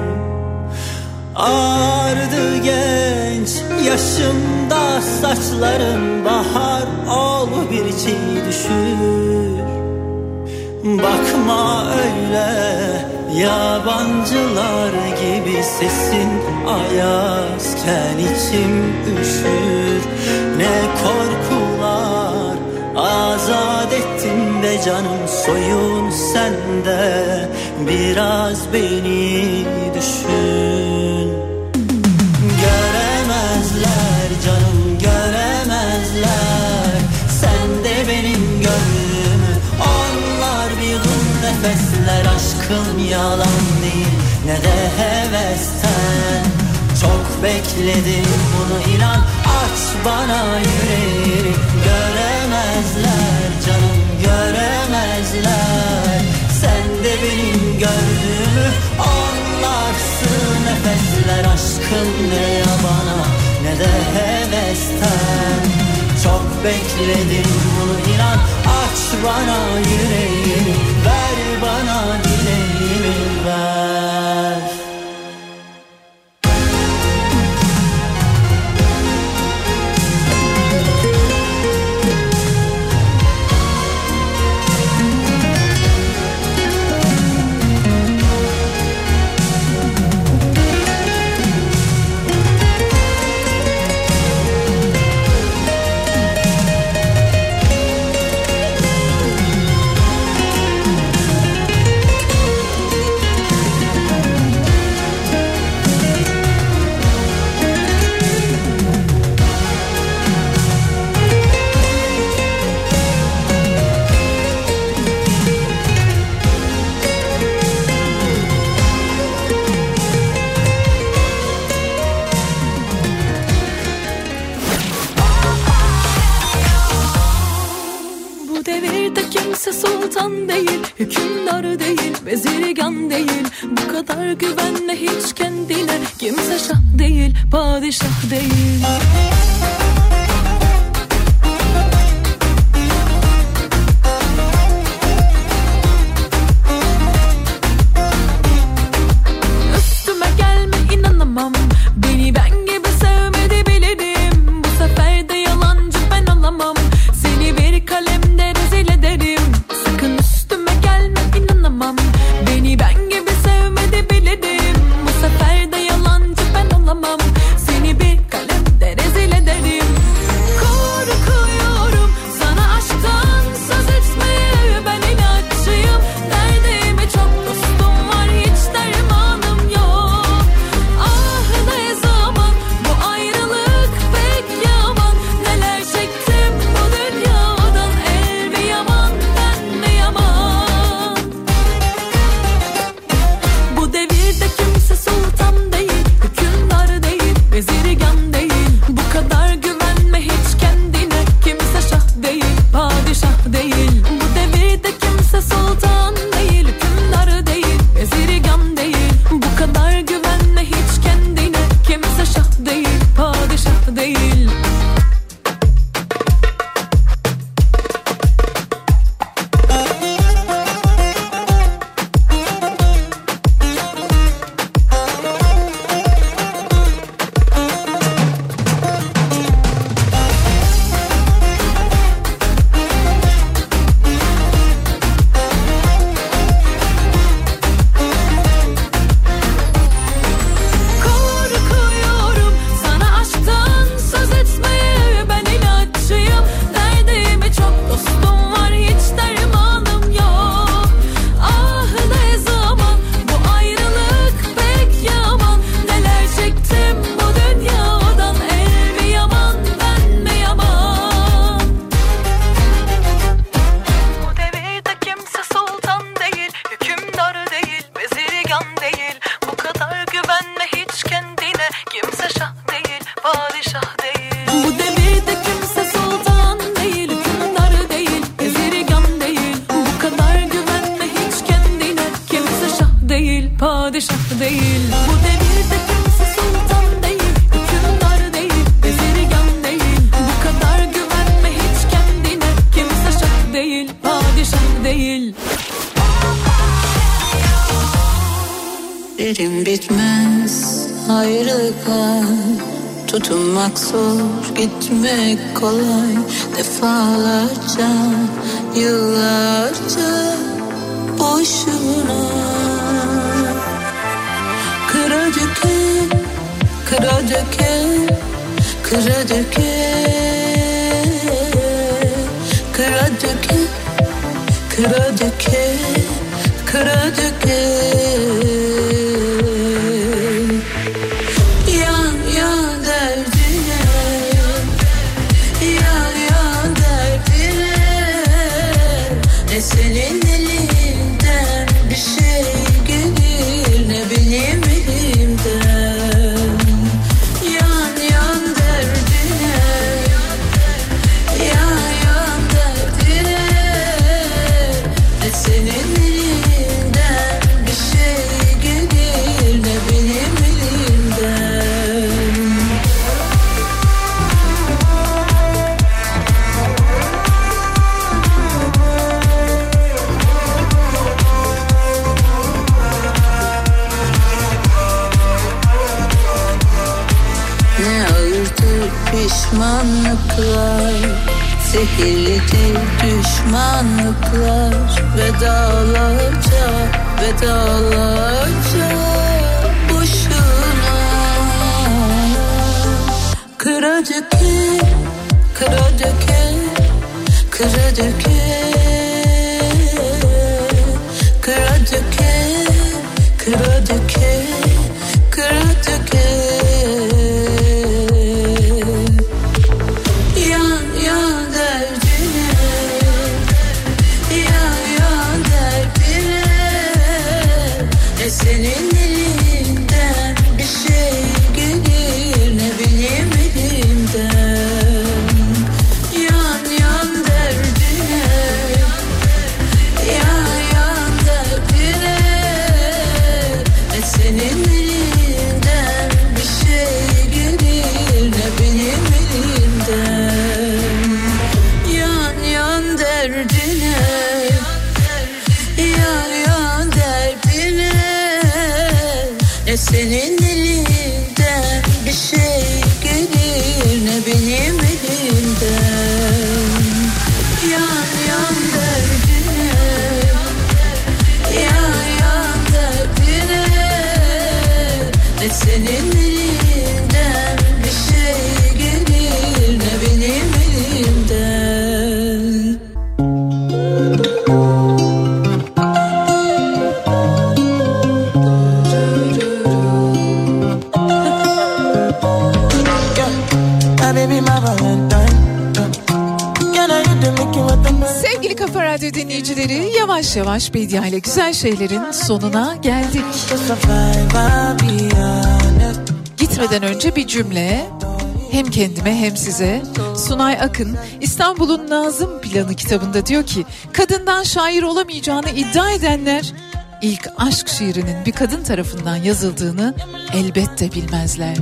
Ağardı genç yaşımda saçlarım, bahar ol bir çiğ düşür. Bakma öyle yabancılar gibi, sesin ayazken içim üşür. Ne korkular azat ettin be canım, soyun sende biraz beni düşün. Göremezler canım, göremezler sen de benim gönlümü. Onlar bir gün nefesler, aşkım yalan değil ne de hevesten. Çok bekledim bunu, inan aç bana yüreğini. Göremezler canım, göremezler sen de benim gördüğümü. Onlarsın nefesler, aşkım ne yabana ne de hevesten. Çok bekledim bunu, inan aç bana yüreğini. Ver bana dileğimi, ver. Sultan değil, hükümdar değil, vezirgan değil. Bu kadar güvenme hiç kendine. Kimse şah değil, padişah değil. Üstüme gelme, inanamam. Beni ben gibi sevmedi bilirim. Bu sefer de yalancı ben olamam. Seni bir kalemde rezil ederim. Sakın üstüme gelme, inanamam. Beni ben gibi sevmedi bilirim. Bu sefer de yalancı ben olamam. Seni bir kalemde rezil ederim. Korkuyorum sana aşktan söz etmeye, ben inatçıyım. Derdime çok dostum var, hiç dermanım yok. Ah ne zaman bu ayrılık pek yaman. Neler çektim bu dünyadan, el mi yaman ben mi yaman. Bu devirde kimse sultan değil, hükümdar değil, vezirgan değil. Bu kadar güvenme hiç kendine. Kimse şah değil, padişah değil. Bu devirde kimse sultan değil, hükümdar değil, vezirgan değil. Bu kadar güvenme hiç kendine. Kimse şah değil, padişah değil. Korkuyorum sana aşktan söz etmeye, ben inatçıyım. Derdime çok dostum var, hiç dermanım yok. Ah ne zaman bu ayrılık pek yaman. Neler çektim bu dünyadan, el mi yaman ben mi yaman. Bu devirde kimse sultan değil, hükümdar değil, vezirgan değil. Bu kadar güvenme hiç kendine. Kimse şah değil, padişah değil. Bu devirde kimse sultan değil, hükümdar değil, vezirgan değil. Bu kadar güvenme hiç kendine. Kimse şah değil, padişah değil. Bu devirde kimse sultan değil, hükümdar değil, vezirgan değil. Bu kadar güvenme hiç değil. Derim bitmez ayrılıklar, tutunmak zor, gitmek kolay. Defalarca, yıllarca boşuna. Kıra döke, kıra döke, kıra döke, kıra döke, kıra döke, kıra döke. Yan yan derdine, yan yan derdine. Ne senin elinden bir şey gelir, ne benim elimden. Yan yan derdine, yan yan derdine. Ne senin elinden bir şey gelir, ne benim elimden. Ne ağırdır pişmanlıklar, zehirlidir düşmanlıklar. Vedalarca, vedalarca boşuna. Kıra döke, kıra döke, kıra döke, kıra döke, kıra döke, kıra döke. Yan yan derdine, yan yan derdine. Ne senin elinden bir şey gelir, ne benim elimden. Yan yan derdine, yan yan derdine. Ne senin elinden bir şey gelir, ne benim elimden. Yan yan derdine, yan yan derdine. Ne senin elinden bir şey gelir, ne benim elimden. Yan yan derdine, yan yan derdine. Ne senin elinden bir şey gelir, ne benim elimden. Sevgili Kafa Radyo dinleyicileri, yavaş yavaş Bedia ile güzel şeylerin sonuna geldik. Gitmeden önce bir cümle, hem kendime hem size. Sunay Akın İstanbul'un Nazım Planı kitabında diyor ki, kadından şair olamayacağını iddia edenler ilk aşk şiirinin bir kadın tarafından yazıldığını elbette bilmezler.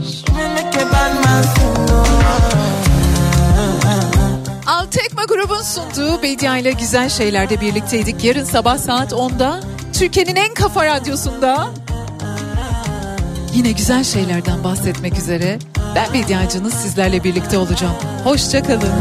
Altekma grubun sunduğu Bedia ile güzel şeylerde birlikteydik. Yarın sabah saat 10'da Türkiye'nin en kafa radyosunda yine güzel şeylerden bahsetmek üzere ben Bediacınız sizlerle birlikte olacağım. Hoşça kalın.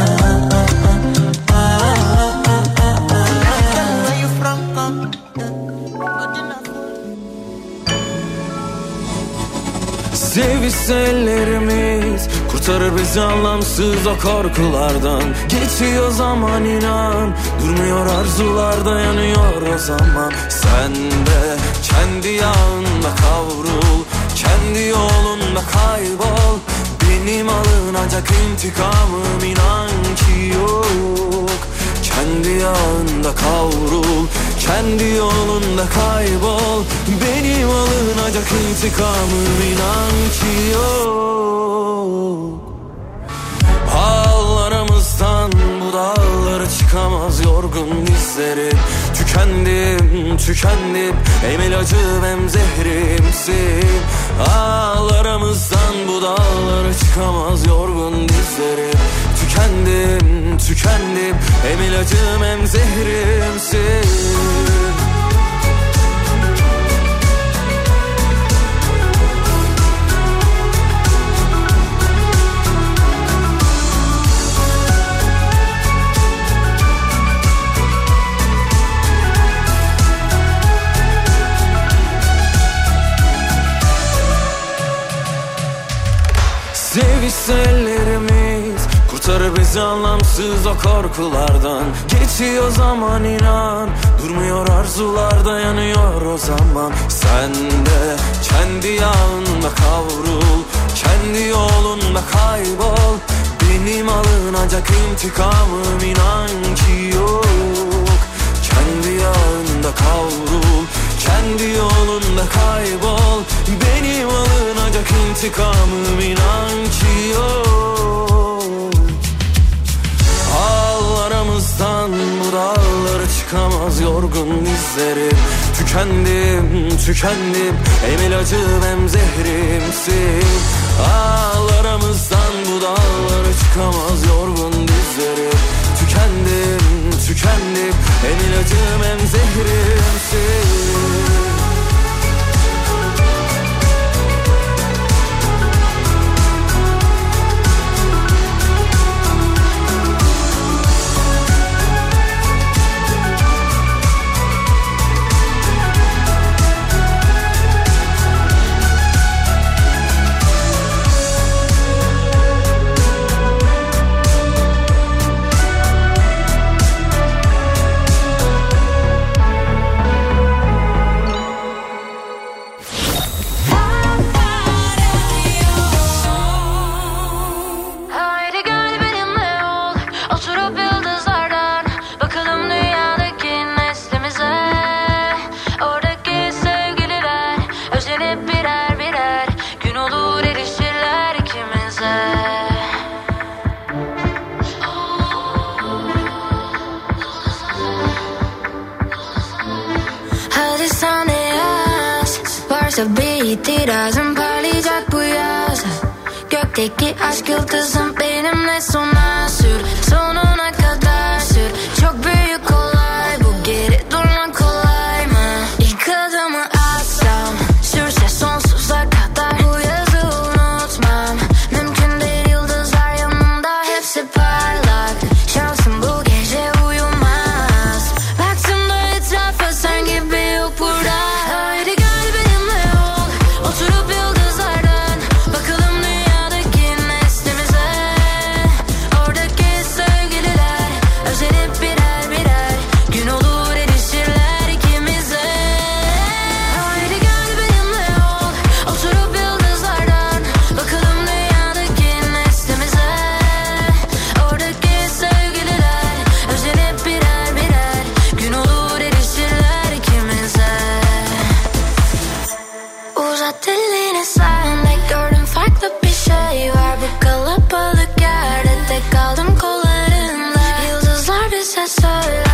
Sevişse ellerimiz kurtarır bizi anlamsız o korkulardan. Geçiyor zaman inan, durmuyor arzular, dayanıyor o zaman. Sen de kendi yağında kavrul, kendi yolunda kaybol. Benim alınacak intikamım inan ki yok. Kendi yağında kavrul, kendi yolunda kaybol. Benim alınacak intikamım inan ki yok. Ağlarımızdan bu dağlara çıkamaz yorgun yorgun dizlerim. Tükendim, tükendim, hem ilacım hem zehrimsin. Ağlarımızdan bu dağlara çıkamaz yorgun dizlerim. Tükendim, tükendim, hem ilacım hem zehrimsin. Sevişse ellerimiz kurtarır bizi anlamsız o korkulardan. Geçiyor zaman inan, durmuyor arzular, dayanıyor o zaman. Sen de kendi yağında kavrul, kendi yolunda kaybol. Benim alınacak intikamım inan ki yok. Kendi yağında kavrul, kendi yolunda kaybol. Benim alınacak intikamım inan ki yok. Ağlarımızdan bu dağlara çıkamaz yorgun dizlerim. Tükendim, tükendim, hem ilacım hem zehrimsin. Ağlarımızdan bu dağlara çıkamaz yorgun dizlerim. Tükendim, tükendim, hem ilacım hem zehrimsin. Bir itirazım parlayacak bu yaz. Gökteki aşk yıldızım benimle sona sür. Sonuna kadar sür. Çok büyük olay bu, geri durmak kolay mı? İlk adımı atsam sürse sonsuza kadar. Bu yazı unutmam mümkün değil, yıldızlar yanımda hepsi parlak. Şansım bu gece uyumaz. Baktım da etrafa sen gibi yok burada. Haydi gel benimle ol, oturup yıldızlardan bakalım dünyadaki neslimize. Oradaki sevgililer özenip birer birer gün olur erişirler ikimize. Haydi gel benimle ol, oturup yıldızlardan bakalım dünyadaki neslimize. Oradaki sevgililer özenip birer birer gün olur erişirler ikimize. Uzat elini sen de, gördüm farklı bir şey var bu kalabalık yerde. Tek kaldım kollarında, yıldızlar bize söyler.